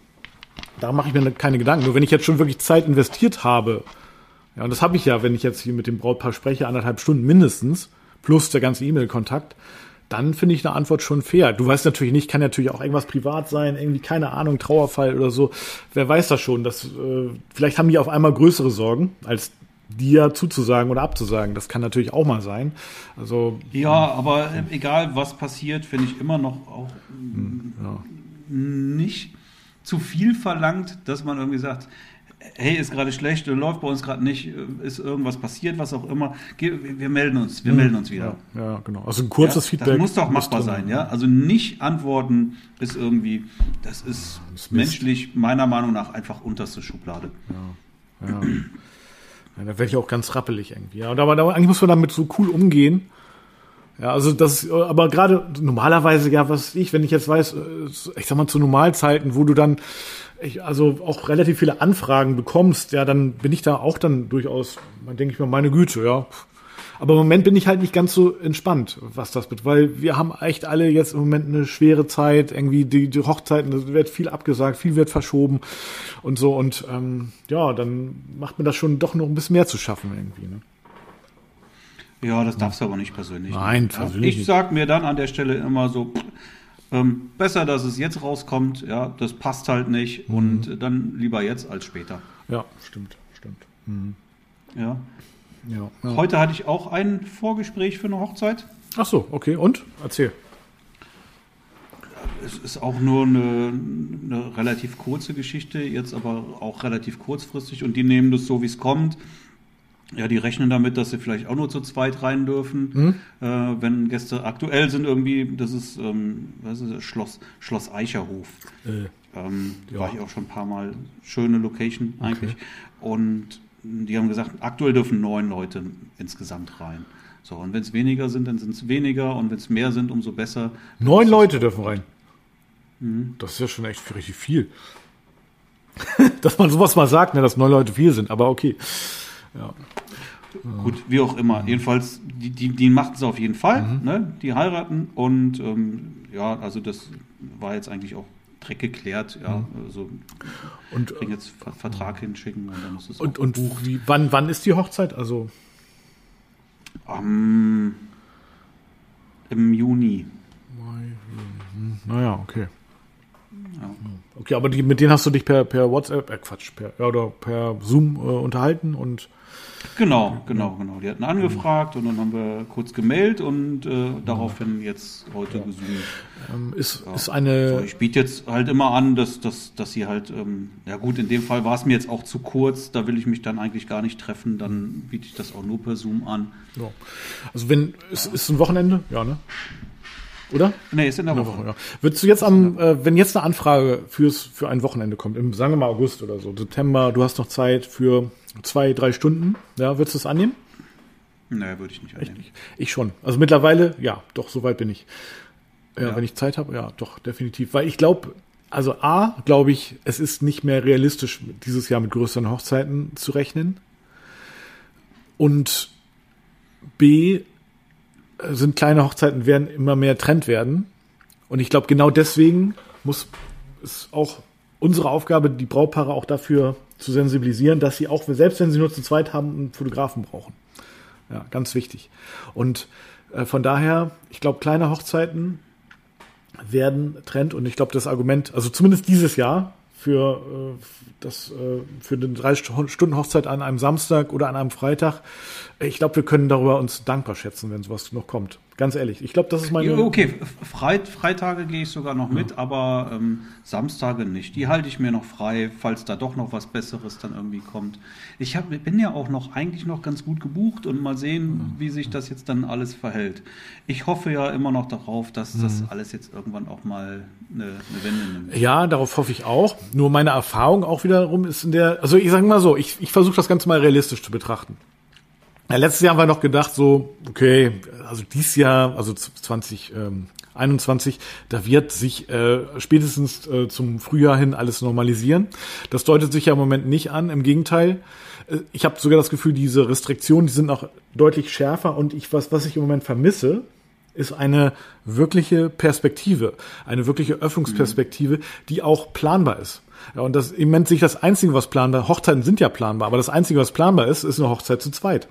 da mache ich mir keine Gedanken. Nur wenn ich jetzt schon wirklich Zeit investiert habe, ja, und das habe ich ja, wenn ich jetzt hier mit dem Brautpaar spreche, anderthalb Stunden mindestens, plus der ganze E-Mail-Kontakt, dann finde ich eine Antwort schon fair. Du weißt natürlich nicht, kann natürlich auch irgendwas privat sein, irgendwie, keine Ahnung, Trauerfall oder so. Wer weiß das schon? Dass, äh, vielleicht haben die auf einmal größere Sorgen, als dir zuzusagen oder abzusagen. Das kann natürlich auch mal sein. Also, Ja, aber äh, egal was passiert, finde ich immer noch auch ja. nicht zu viel verlangt, dass man irgendwie sagt, hey, ist gerade schlecht, läuft bei uns gerade nicht, ist irgendwas passiert, was auch immer. Geh, wir melden uns, wir melden uns wieder. Ja, ja, genau. Also ein kurzes Ja, Feedback. das muss doch machbar drin. sein, ja. Also nicht antworten ist irgendwie, das ist Das ist Mist. menschlich meiner Meinung nach einfach unterste Schublade. Ja. Ja, da werde ich auch ganz rappelig irgendwie. Ja, und aber, aber eigentlich muss man damit so cool umgehen. Ja, also das ist, aber gerade normalerweise, ja, was weiß ich, wenn ich jetzt weiß, ich sag mal zu Normalzeiten, wo du dann ich, also auch relativ viele Anfragen bekommst, ja, dann bin ich da auch dann durchaus, dann denke ich mir, meine Güte, ja. Aber im Moment bin ich halt nicht ganz so entspannt, was das betrifft, weil wir haben echt alle jetzt im Moment eine schwere Zeit, irgendwie die, die Hochzeiten, es wird viel abgesagt, viel wird verschoben und so und ähm, ja, dann macht mir das schon doch noch ein bisschen mehr zu schaffen irgendwie, ne? Ja, das darfst du aber nicht persönlich. Nein, nehmen, ja. persönlich Ich nicht. sag mir dann an der Stelle immer so, pff, ähm, besser, dass es jetzt rauskommt, ja, das passt halt nicht Mhm. und äh, dann lieber jetzt als später. Ja, stimmt, stimmt. Mhm. Ja. Ja, ja. Heute hatte ich auch ein Vorgespräch für eine Hochzeit. Ach so, okay, und? Erzähl. Es ist auch nur eine, eine relativ kurze Geschichte, jetzt aber auch relativ kurzfristig und die nehmen das so, wie es kommt. Ja, die rechnen damit, dass sie vielleicht auch nur zu zweit rein dürfen, Mhm. äh, wenn Gäste aktuell sind irgendwie, das ist, ähm, was ist das? Schloss, Schloss Eicherhof. Äh, Ähm, Ja. War ich auch schon ein paar Mal. Schöne Location eigentlich. Und die haben gesagt, aktuell dürfen neun Leute insgesamt rein. So, und wenn es weniger sind, dann sind es weniger und wenn es mehr sind, umso besser. neun Das Leute dürfen rein. Mhm. Das ist ja schon echt richtig viel. Dass man sowas mal sagt, ne, dass neun Leute viel sind, aber okay. Ja. Gut, wie auch immer. Jedenfalls, die, die, die machten es auf jeden Fall. Mhm. Ne? Die heiraten und ähm, ja, also das war jetzt eigentlich auch Dreck geklärt. Ja, Mhm. also Und, kriegen jetzt Ver- Vertrag hinschicken und dann ist es und, auch und gebucht. wie, wann, wann ist die Hochzeit? Also Am- Im Juni. Mai, hm, naja, okay. Ja. Okay, aber die, mit denen hast du dich per, per WhatsApp, äh Quatsch, per, ja, oder per Zoom äh, unterhalten und Genau, genau, genau. Die hatten angefragt und dann haben wir kurz gemailt und äh, daraufhin jetzt heute ja. gesungen. Ähm, ist, Ja. ist eine. So, ich biete jetzt halt immer an, dass, dass, dass sie halt, ähm, ja gut, in dem Fall war es mir jetzt auch zu kurz, da will ich mich dann eigentlich gar nicht treffen, dann biete ich das auch nur per Zoom an. Ja. Also wenn, ist, ist ein Wochenende? Ja, ne? Oder? Nee, ist in der In Woche. der Woche, ja. Würdest du jetzt am, äh, wenn jetzt eine Anfrage fürs, für ein Wochenende kommt, im, sagen wir mal August oder so, September, du hast noch Zeit für zwei, drei Stunden, ja, würdest du es annehmen? Nee, würde ich nicht annehmen. Ich, ich schon. Also mittlerweile, ja, doch, soweit bin ich. Ja, Ja. wenn ich Zeit habe, ja, doch, definitiv. Weil ich glaube, also A, glaube ich, es ist nicht mehr realistisch, dieses Jahr mit größeren Hochzeiten zu rechnen. Und B, sind kleine Hochzeiten, werden immer mehr Trend werden. Und ich glaube, genau deswegen muss es auch unsere Aufgabe, die Brautpaare auch dafür zu sensibilisieren, dass sie auch, selbst wenn sie nur zu zweit haben, einen Fotografen brauchen. Ja, ganz wichtig. Und äh, von daher, ich glaube, kleine Hochzeiten werden Trend. Und ich glaube, das Argument, also zumindest dieses Jahr, für, äh, das, äh, für eine drei Stunden Hochzeit an einem Samstag oder an einem Freitag, ich glaube, wir können darüber uns dankbar schätzen, wenn sowas noch kommt. Ganz ehrlich. Ich glaube, das ist meine... Ja, okay, Freit, Freitage gehe ich sogar noch mit, aber ähm, Samstage nicht. Die halte ich mir noch frei, falls da doch noch was Besseres dann irgendwie kommt. Ich hab, bin ja auch noch eigentlich noch ganz gut gebucht und mal sehen, wie sich das jetzt dann alles verhält. Ich hoffe ja immer noch darauf, dass das alles jetzt irgendwann auch mal eine, eine Wende nimmt. Ja, darauf hoffe ich auch. Nur meine Erfahrung auch wiederum ist in der... Also ich sage mal so, ich, ich versuche das Ganze mal realistisch zu betrachten. Ja, letztes Jahr haben wir noch gedacht, so, okay, also dieses Jahr, also zwanzig einundzwanzig, da wird sich äh, spätestens äh, zum Frühjahr hin alles normalisieren. Das deutet sich ja im Moment nicht an, im Gegenteil. Äh, ich habe sogar das Gefühl, diese Restriktionen, die sind noch deutlich schärfer und ich was, was ich im Moment vermisse, ist eine wirkliche Perspektive, eine wirkliche Öffnungsperspektive, die auch planbar ist. Ja, und das im Moment sich das Einzige, was planbar, Hochzeiten sind ja planbar, aber das Einzige, was planbar ist, ist eine Hochzeit zu zweit.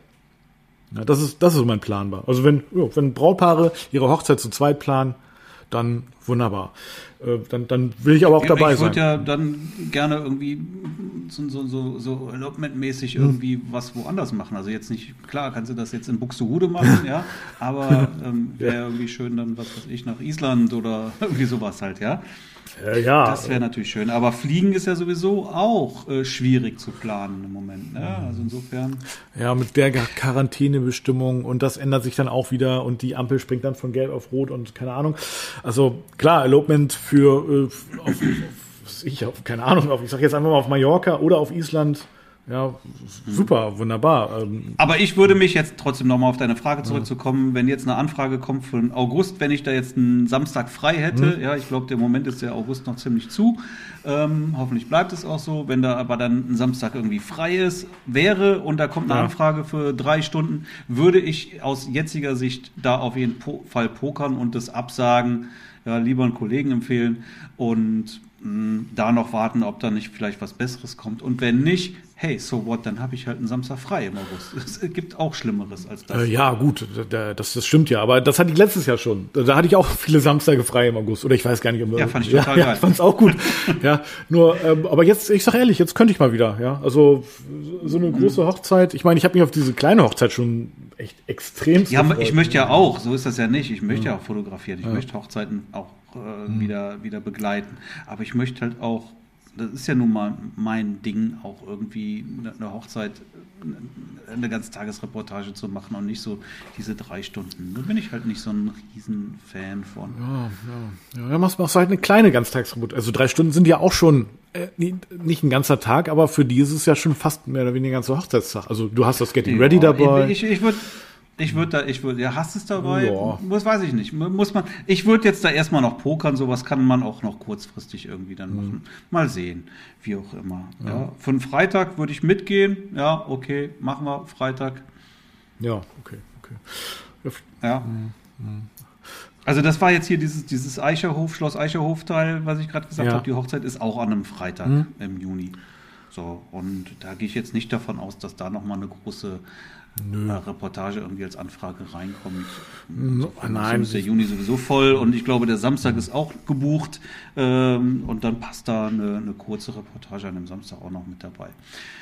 Ja, das ist, das ist mein planbar. Also wenn, ja, wenn Brautpaare ihre Hochzeit zu zweit planen, dann wunderbar. Äh, dann, dann will ich aber auch Ja, dabei ich sein. würde ja dann gerne irgendwie so, so, so, so Elopement-mäßig irgendwie hm. was woanders machen. Also jetzt nicht, klar, kannst du das jetzt in Buxtehude machen, ja, aber ähm, wäre ja. irgendwie schön dann, was weiß ich, nach Island oder irgendwie sowas halt, ja. Ja, ja. Das wäre natürlich schön. Aber Fliegen ist ja sowieso auch äh, schwierig zu planen im Moment. Ne? Also insofern. Ja, mit der Quarantänebestimmung und das ändert sich dann auch wieder und die Ampel springt dann von gelb auf rot und keine Ahnung. Also klar, Elopement für, äh, auf, auf, ich, auf, keine Ahnung, auf, ich sag jetzt einfach mal auf Mallorca oder auf Island. Ja, super, wunderbar. Aber ich würde mich jetzt trotzdem nochmal auf deine Frage zurückzukommen, wenn jetzt eine Anfrage kommt für den August, wenn ich da jetzt einen Samstag frei hätte, mhm. ja, ich glaube, der Moment ist der August noch ziemlich zu, ähm, hoffentlich bleibt es auch so, wenn da aber dann ein Samstag irgendwie frei ist, wäre und da kommt eine ja. Anfrage für drei Stunden, würde ich aus jetziger Sicht da auf jeden Fall pokern und das absagen, ja, lieber einen Kollegen empfehlen und mh, da noch warten, ob da nicht vielleicht was Besseres kommt und wenn nicht, hey, so what, dann habe ich halt einen Samstag frei im August. Es gibt auch Schlimmeres als das. Äh, ja, gut, das, das stimmt ja, aber das hatte ich letztes Jahr schon. Da hatte ich auch viele Samstage frei im August. Oder ich weiß gar nicht. Um, ja, fand ich total ja, geil. Ja, ich fand es auch gut. ja, nur, ähm, aber jetzt, ich sag ehrlich, jetzt könnte ich mal wieder. Ja, also so eine große Hochzeit. Ich meine, ich habe mich auf diese kleine Hochzeit schon echt extrem Ja, gefreut. Ich möchte ja auch, so ist das ja nicht. Ich möchte ja, ja auch fotografieren. Ich ja. möchte Hochzeiten auch äh, mhm. wieder, wieder begleiten. Aber ich möchte halt auch, das ist ja nun mal mein Ding, auch irgendwie eine Hochzeit, eine Ganztagesreportage zu machen und nicht so diese drei Stunden. Da bin ich halt nicht so ein Riesenfan von. Ja, ja. Ja, dann machst du halt eine kleine Ganztagesreportage. Also drei Stunden sind ja auch schon äh, nicht ein ganzer Tag, aber für die ist es ja schon fast mehr oder weniger ein ganzer Hochzeitstag. Also du hast das Getting ja, Ready dabei. Ich, ich würde Ich würde da, ich würde, ja, hast es dabei? Ja. Muss, weiß ich nicht. Muss man, ich würde jetzt da erstmal noch pokern, sowas kann man auch noch kurzfristig irgendwie dann machen. Mhm. Mal sehen, wie auch immer. Ja. Ja. Für einen Freitag würde ich mitgehen. Ja, okay, machen wir Freitag. Ja, okay, okay. Ja. Mhm. Also das war jetzt hier dieses, dieses Eicherhof, Schloss Eicherhof-Teil, was ich gerade gesagt ja. habe. Die Hochzeit ist auch an einem Freitag mhm. im Juni. So, und da gehe ich jetzt nicht davon aus, dass da nochmal eine große äh, Reportage irgendwie als Anfrage reinkommt. No, nein. Ist der Juni sowieso voll und ich glaube, der Samstag ist auch gebucht ähm, und dann passt da eine, eine kurze Reportage an dem Samstag auch noch mit dabei.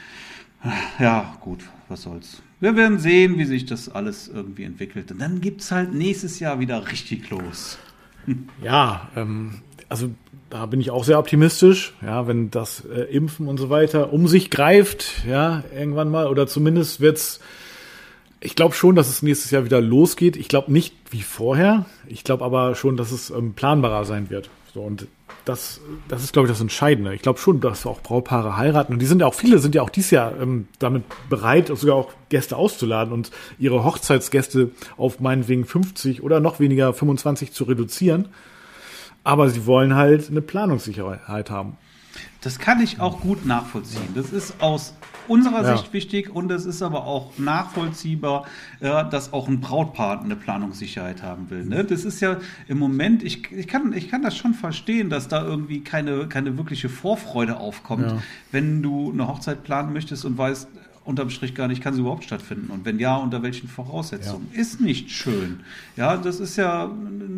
Ja, gut, was soll's. Wir werden sehen, wie sich das alles irgendwie entwickelt. Und dann gibt's halt nächstes Jahr wieder richtig los. Ja, ähm, also da bin ich auch sehr optimistisch, ja, wenn das äh, Impfen und so weiter um sich greift, ja, irgendwann mal, oder zumindest wird's, ich glaube schon, dass es nächstes Jahr wieder losgeht. Ich glaube nicht wie vorher, ich glaube aber schon, dass es ähm, planbarer sein wird. So, und das, das ist, glaube ich, das Entscheidende. Ich glaube schon, dass auch Brautpaare heiraten. Und die sind ja auch, viele sind ja auch dieses Jahr ähm, damit bereit, sogar auch Gäste auszuladen und ihre Hochzeitsgäste auf meinetwegen fünfzig oder noch weniger fünfundzwanzig zu reduzieren. Aber sie wollen halt eine Planungssicherheit haben. Das kann ich auch gut nachvollziehen. Das ist aus unserer Ja. Sicht wichtig und es ist aber auch nachvollziehbar, ja, dass auch ein Brautpaar eine Planungssicherheit haben will. Ne? Das ist ja im Moment, ich, ich, kann, ich kann das schon verstehen, dass da irgendwie keine, keine wirkliche Vorfreude aufkommt, Ja. wenn du eine Hochzeit planen möchtest und weißt, unterm Strich gar nicht, kann sie überhaupt stattfinden? Und wenn ja, unter welchen Voraussetzungen? Ja. Ist nicht schön. Ja, das ist ja,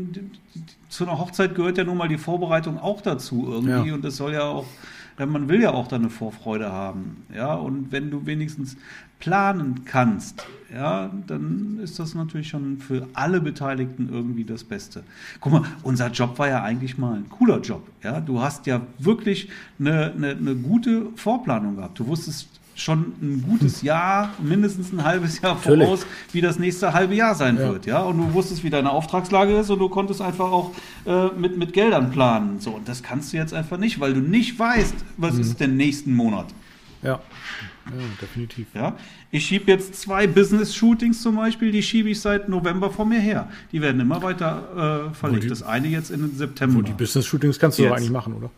zu einer Hochzeit gehört ja nun mal die Vorbereitung auch dazu irgendwie ja. Und das soll ja auch, ja, man will ja auch da eine Vorfreude haben. Ja, und wenn du wenigstens planen kannst, ja, dann ist das natürlich schon für alle Beteiligten irgendwie das Beste. Guck mal, unser Job war ja eigentlich mal ein cooler Job. Ja, du hast ja wirklich eine, eine, eine gute Vorplanung gehabt. Du wusstest schon ein gutes Jahr, mindestens ein halbes Jahr Natürlich. voraus, wie das nächste halbe Jahr sein Ja. wird, ja. Und du wusstest, wie deine Auftragslage ist und du konntest einfach auch äh, mit, mit Geldern planen. So, und das kannst du jetzt einfach nicht, weil du nicht weißt, was Mhm. ist denn nächsten Monat. Ja, ja, definitiv. Ja, ich schiebe jetzt zwei Business-Shootings zum Beispiel, die schiebe ich seit November vor mir her. Die werden immer weiter äh, verlegt. die- Das eine jetzt in den September. Und die Business-Shootings kannst du doch Jetzt. eigentlich machen, oder?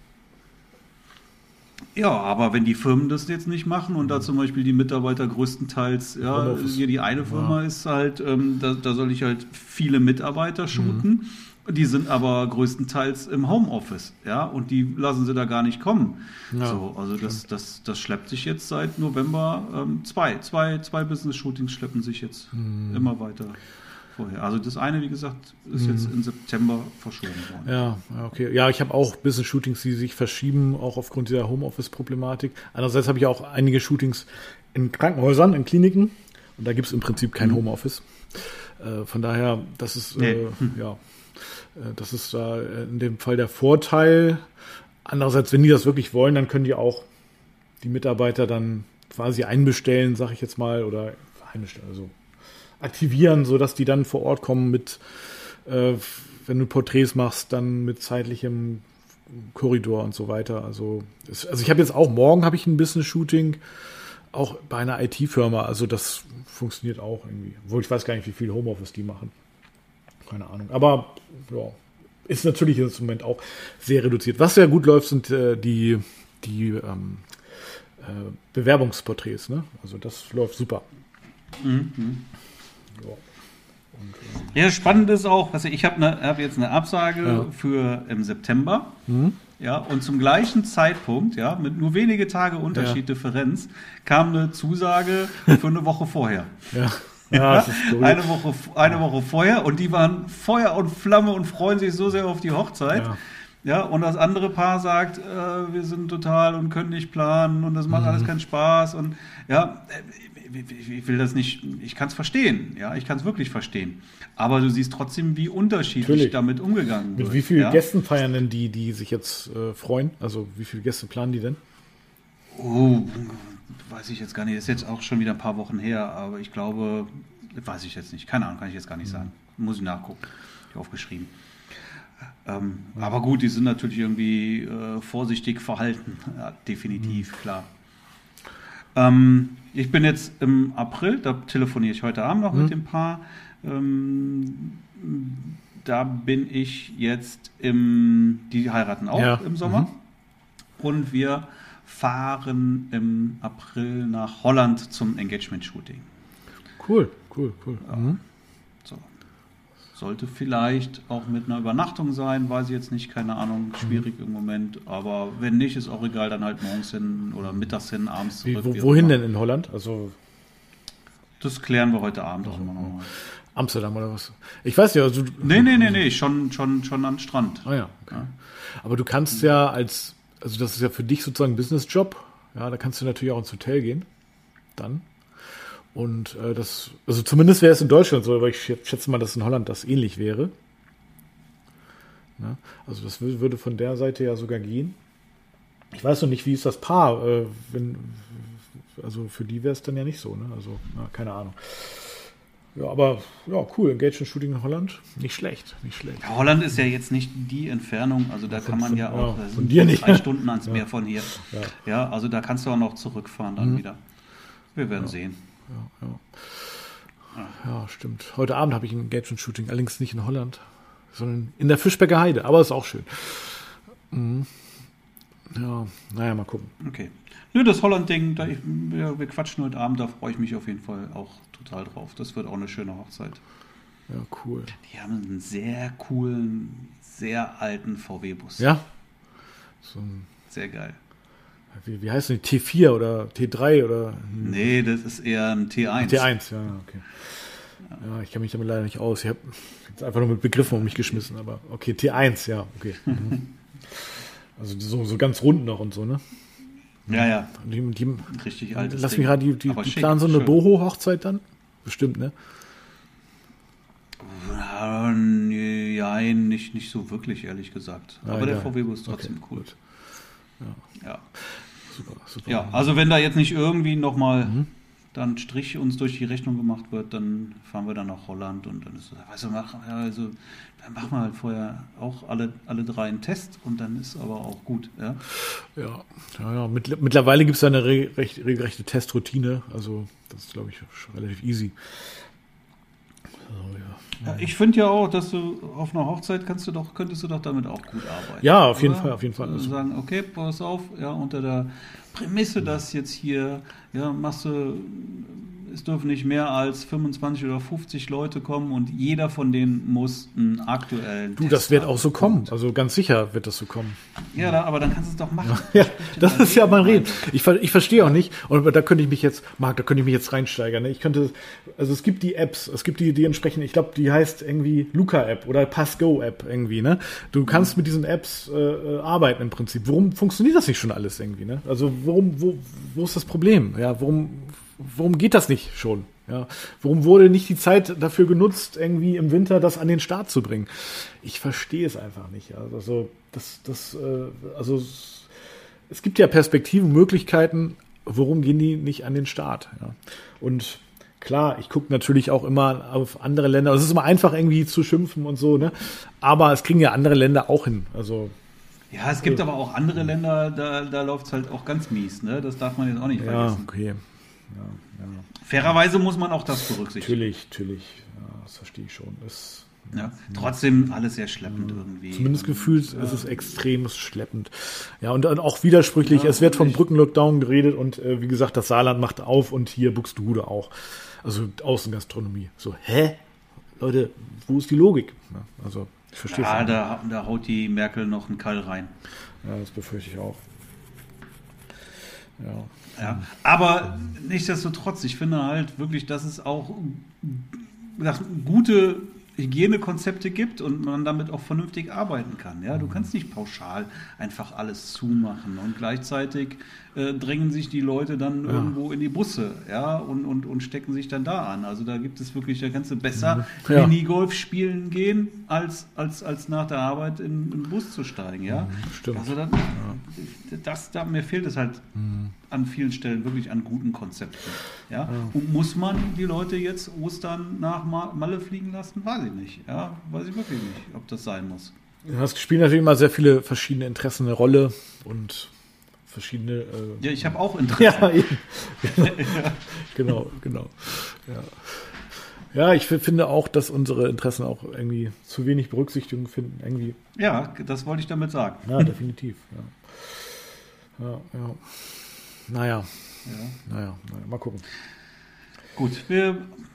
Ja, aber wenn die Firmen das jetzt nicht machen und da zum Beispiel die Mitarbeiter größtenteils, ja, Homeoffice. hier die eine Firma Ja. ist halt, ähm, da, da soll ich halt viele Mitarbeiter shooten. Die sind aber größtenteils im Homeoffice, ja, und die lassen sie da gar nicht kommen. Ja, so, also das, das, das schleppt sich jetzt seit November ähm, zwei, zwei, zwei Business-Shootings schleppen sich jetzt immer weiter vorher. Also das eine, wie gesagt, ist jetzt im September verschoben worden. Ja, ja, okay. Ja, ich habe auch Business-Shootings, die sich verschieben, auch aufgrund dieser Homeoffice-Problematik. Andererseits habe ich auch einige Shootings in Krankenhäusern, in Kliniken. Und da gibt es im Prinzip kein Homeoffice. Äh, von daher, das ist, Nee. äh, ja, äh, das ist da äh, in dem Fall der Vorteil. Andererseits, wenn die das wirklich wollen, dann können die auch die Mitarbeiter dann quasi einbestellen, sag ich jetzt mal, oder einbestellen, also aktivieren, sodass die dann vor Ort kommen mit, äh, wenn du Porträts machst, dann mit zeitlichem Korridor und so weiter. Also, es, also ich habe jetzt auch, morgen habe ich ein Business-Shooting, auch bei einer I T-Firma. Also das funktioniert auch irgendwie. Obwohl ich weiß gar nicht, wie viel Homeoffice die machen. Keine Ahnung. Aber ja, ist natürlich im Moment auch sehr reduziert. Was sehr gut läuft, sind äh, die, die ähm, äh, Bewerbungsporträts. Ne? Also das läuft super. Mhm. Ja. Und, Ja, spannend ist auch, also ich habe ne, hab jetzt eine Absage Ja. für im September. Mhm. Ja, und zum gleichen Zeitpunkt, ja, mit nur wenige Tage Unterschied, Ja. Differenz, kam eine Zusage für eine Woche vorher. ja. Ja, das ist cool. eine Woche, eine Woche vorher und die waren Feuer und Flamme und freuen sich so sehr auf die Hochzeit. Ja. Ja, und das andere Paar sagt, äh, wir sind total und können nicht planen und das macht Mhm. alles keinen Spaß und ja, äh, ich, ich will das nicht, ich kann es verstehen, ja, ich kann es wirklich verstehen. Aber du siehst trotzdem, wie unterschiedlich Natürlich. damit umgegangen wird. Mit wie vielen ja? Gästen feiern denn die, die sich jetzt äh, freuen? Also wie viele Gäste planen die denn? Oh, weiß ich jetzt gar nicht. Das ist jetzt auch schon wieder ein paar Wochen her, aber ich glaube, weiß ich jetzt nicht. Keine Ahnung, kann ich jetzt gar nicht sagen. Muss ich nachgucken. Ich habe aufgeschrieben. Ähm, aber gut, die sind natürlich irgendwie äh, vorsichtig verhalten. Ja, definitiv, klar. Ähm, ich bin jetzt im April, da telefoniere ich heute Abend noch Mhm. mit dem Paar. Ähm, da bin ich jetzt im, die heiraten auch Ja. im Sommer. Mhm. Und wir fahren im April nach Holland zum Engagement-Shooting. Cool, cool, cool. Mhm. So. Sollte vielleicht auch mit einer Übernachtung sein, weiß ich jetzt nicht, keine Ahnung, schwierig mhm. im Moment. Aber wenn nicht, ist auch egal, dann halt morgens hin oder mittags hin, abends zurück. Wie, wo, wohin denn in Holland? Also das klären wir heute Abend auch immer nochmal. Amsterdam oder was? Ich weiß ja. Also, nee, nee, nee, nee, schon, schon, schon am Strand. Ah ja, okay. Ja. Aber du kannst mhm. ja als, also das ist ja für dich sozusagen ein Business-Job. Ja, da kannst du natürlich auch ins Hotel gehen. Dann. Und äh, das, also zumindest wäre es in Deutschland so, aber ich schätze mal, dass in Holland das ähnlich wäre. Ja, also das würde von der Seite ja sogar gehen. Ich weiß noch nicht, wie ist das Paar? Äh, wenn, also für die wäre es dann ja nicht so, ne? Also, na, keine Ahnung. Ja, aber ja, cool. Engagement Shooting in Holland, nicht schlecht, nicht schlecht. Ja, Holland ist ja jetzt nicht die Entfernung, also da von, kann man von, ja auch ja, von dir nicht. drei Stunden ans ja. Meer von hier. Ja. ja, also da kannst du auch noch zurückfahren dann mhm. wieder. Wir werden ja. sehen. Ja, ja. ja, stimmt. Heute Abend habe ich ein Engagement-Shooting, allerdings nicht in Holland, sondern in der Fischbecker Heide, aber ist auch schön. Mhm. Ja, naja, mal gucken. Okay. Nö, das Holland-Ding, da ich, wir, wir quatschen heute Abend, da freue ich mich auf jeden Fall auch total drauf. Das wird auch eine schöne Hochzeit. Ja, cool. Die haben einen sehr coolen, sehr alten V W-Bus. Ja? So ein sehr geil. Wie, wie heißt denn die? T vier oder T drei oder? Nee, das ist eher ein T eins. T eins, ja, okay. Ja, ich kenne mich damit leider nicht aus. Ich habe jetzt einfach nur mit Begriffen um mich geschmissen, aber okay, T eins, ja, okay. Mhm. Also so, so ganz rund noch und so, ne? Ja, ja. Die, die, Richtig altes Lass Ding. mich gerade, die, die, die schick, planen so eine schön. Boho-Hochzeit dann? Bestimmt, ne? Ja, nee, ja, nicht, nicht so wirklich, ehrlich gesagt. Ah, aber ja. der V W-Bus ist trotzdem okay, cool. Gut. Ja. Ja. Super, super. Ja, also wenn da jetzt nicht irgendwie nochmal Mhm. dann Strich uns durch die Rechnung gemacht wird, dann fahren wir dann nach Holland und dann ist so, weißt du, mach, ja, also, dann machen wir halt vorher auch alle, alle drei einen Test und dann ist aber auch gut. Ja, Ja, ja, ja. Mittl- mittlerweile gibt es da eine re- recht, regelrechte Testroutine, also das ist, glaube ich, schon relativ easy. Also, ja. Ja, ich finde ja auch, dass du auf einer Hochzeit kannst du doch, könntest du doch damit auch gut arbeiten. Ja, auf jeden oder? Fall, auf jeden Fall. Also sagen, okay, pass auf, ja, unter der Prämisse, dass jetzt hier, ja, machst du, es dürfen nicht mehr als fünfundzwanzig oder fünfzig Leute kommen und jeder von denen muss einen aktuellen Du, Test das wird haben. auch so kommen. Also ganz sicher wird das so kommen. Ja, da, aber dann kannst du es doch machen. Ja, das ist ja mein Reden. Ich, ver- ich verstehe auch nicht, und da könnte ich mich jetzt, Marc, da könnte ich mich jetzt reinsteigern. Ne? Ich könnte, also es gibt die Apps, es gibt die, die entsprechend, ich glaube, die heißt irgendwie Luca-App oder Passgo-App irgendwie, ne? Du kannst mit diesen Apps äh, arbeiten im Prinzip. Warum funktioniert das nicht schon alles irgendwie, ne? Also warum, wo, wo ist das Problem? Ja, warum, warum geht das nicht schon? Ja, warum wurde nicht die Zeit dafür genutzt, irgendwie im Winter das an den Start zu bringen? Ich verstehe es einfach nicht. Ja. Also das, das, äh, also es, es gibt ja Perspektiven, Möglichkeiten. Warum gehen die nicht an den Start? Ja. Und klar, ich gucke natürlich auch immer auf andere Länder. Es ist immer einfach irgendwie zu schimpfen und so, ne? Aber es kriegen ja andere Länder auch hin. Also Ja, es gibt aber auch andere Länder, da, da läuft es halt auch ganz mies, ne? Das darf man jetzt auch nicht ja, vergessen. okay. Ja, ja. Fairerweise muss man auch das berücksichtigen. Natürlich, natürlich. Ja, das verstehe ich schon. Das, Ja, trotzdem alles sehr schleppend irgendwie. Zumindest Und, gefühlt ja. ist es extrem schleppend. Ja, und, und auch widersprüchlich. Ja, es wird vom nicht. Brückenlockdown geredet und äh, wie gesagt, das Saarland macht auf und hier Buxtehude auch. Also Außengastronomie. So, hä? Leute, wo ist die Logik? Ja, also, ich verstehe es Ja, nicht. da, da haut die Merkel noch einen Keil rein. Ja, das befürchte ich auch. Ja. Ja, aber nichtsdestotrotz, ich finde halt wirklich, dass es auch dass gute Hygienekonzepte gibt und man damit auch vernünftig arbeiten kann. Ja, du kannst nicht pauschal einfach alles zumachen und gleichzeitig äh, drängen sich die Leute dann Ja. irgendwo in die Busse, ja, und, und, und stecken sich dann da an. Also da gibt es wirklich, da kannst du besser Ja. Minigolf spielen gehen, als, als, als nach der Arbeit in, in den Bus zu steigen, ja. Stimmt. Also dann, das, da, mir fehlt es halt an vielen Stellen wirklich an guten Konzepten. Ja? Und muss man die Leute jetzt Ostern nach Ma- Malle fliegen lassen? Weiß ich nicht. Ja? Weiß ich wirklich nicht, ob das sein muss. Es spielen natürlich immer sehr viele verschiedene Interessen eine Rolle und verschiedene. Äh, Ja, ich habe auch Interesse. ja, eben. Genau, genau. Ja. Ja, ich f- finde auch, dass unsere Interessen auch irgendwie zu wenig Berücksichtigung finden. Irgendwie, Ja, das wollte ich damit sagen. ja, definitiv. Ja, ja. ja. Naja, Ja. naja, naja, mal gucken. Gut, wir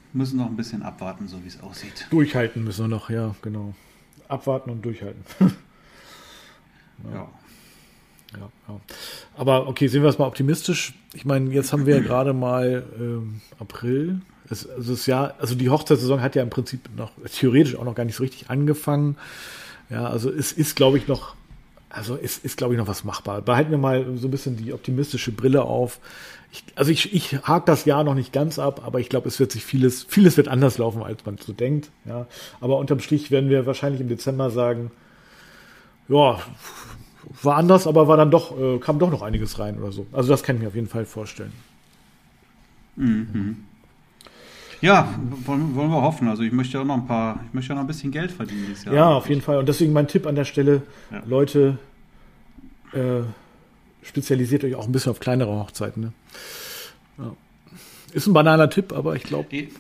müssen noch ein bisschen abwarten, so wie es aussieht. Durchhalten müssen wir noch, ja, genau. Abwarten und durchhalten. ja. ja. Ja, ja. Aber okay, sehen wir es mal optimistisch. Ich meine, jetzt haben wir ja gerade mal ähm, April. Es, also, das Jahr, also die Hochzeitssaison hat ja im Prinzip noch theoretisch auch noch gar nicht so richtig angefangen. Ja, also es ist, glaube ich, noch, also es ist, glaube ich, noch was machbar. Behalten wir mal so ein bisschen die optimistische Brille auf. Ich, also ich, ich hake das Jahr noch nicht ganz ab, aber ich glaube, es wird sich vieles, vieles wird anders laufen, als man so denkt. Ja, aber unterm Strich werden wir wahrscheinlich im Dezember sagen, ja, war anders, aber war dann doch, äh, kam doch noch einiges rein oder so. Also das kann ich mir auf jeden Fall vorstellen. Mhm. Ja, wollen, wollen wir hoffen. Also ich möchte auch noch ein paar, ich möchte auch noch ein bisschen Geld verdienen dieses Jahr. Ja, auf jeden Fall. Und deswegen mein Tipp an der Stelle, ja. Leute, äh, spezialisiert euch auch ein bisschen auf kleinere Hochzeiten. Ne? Ja. Ist ein banaler Tipp, aber ich glaube... Ja.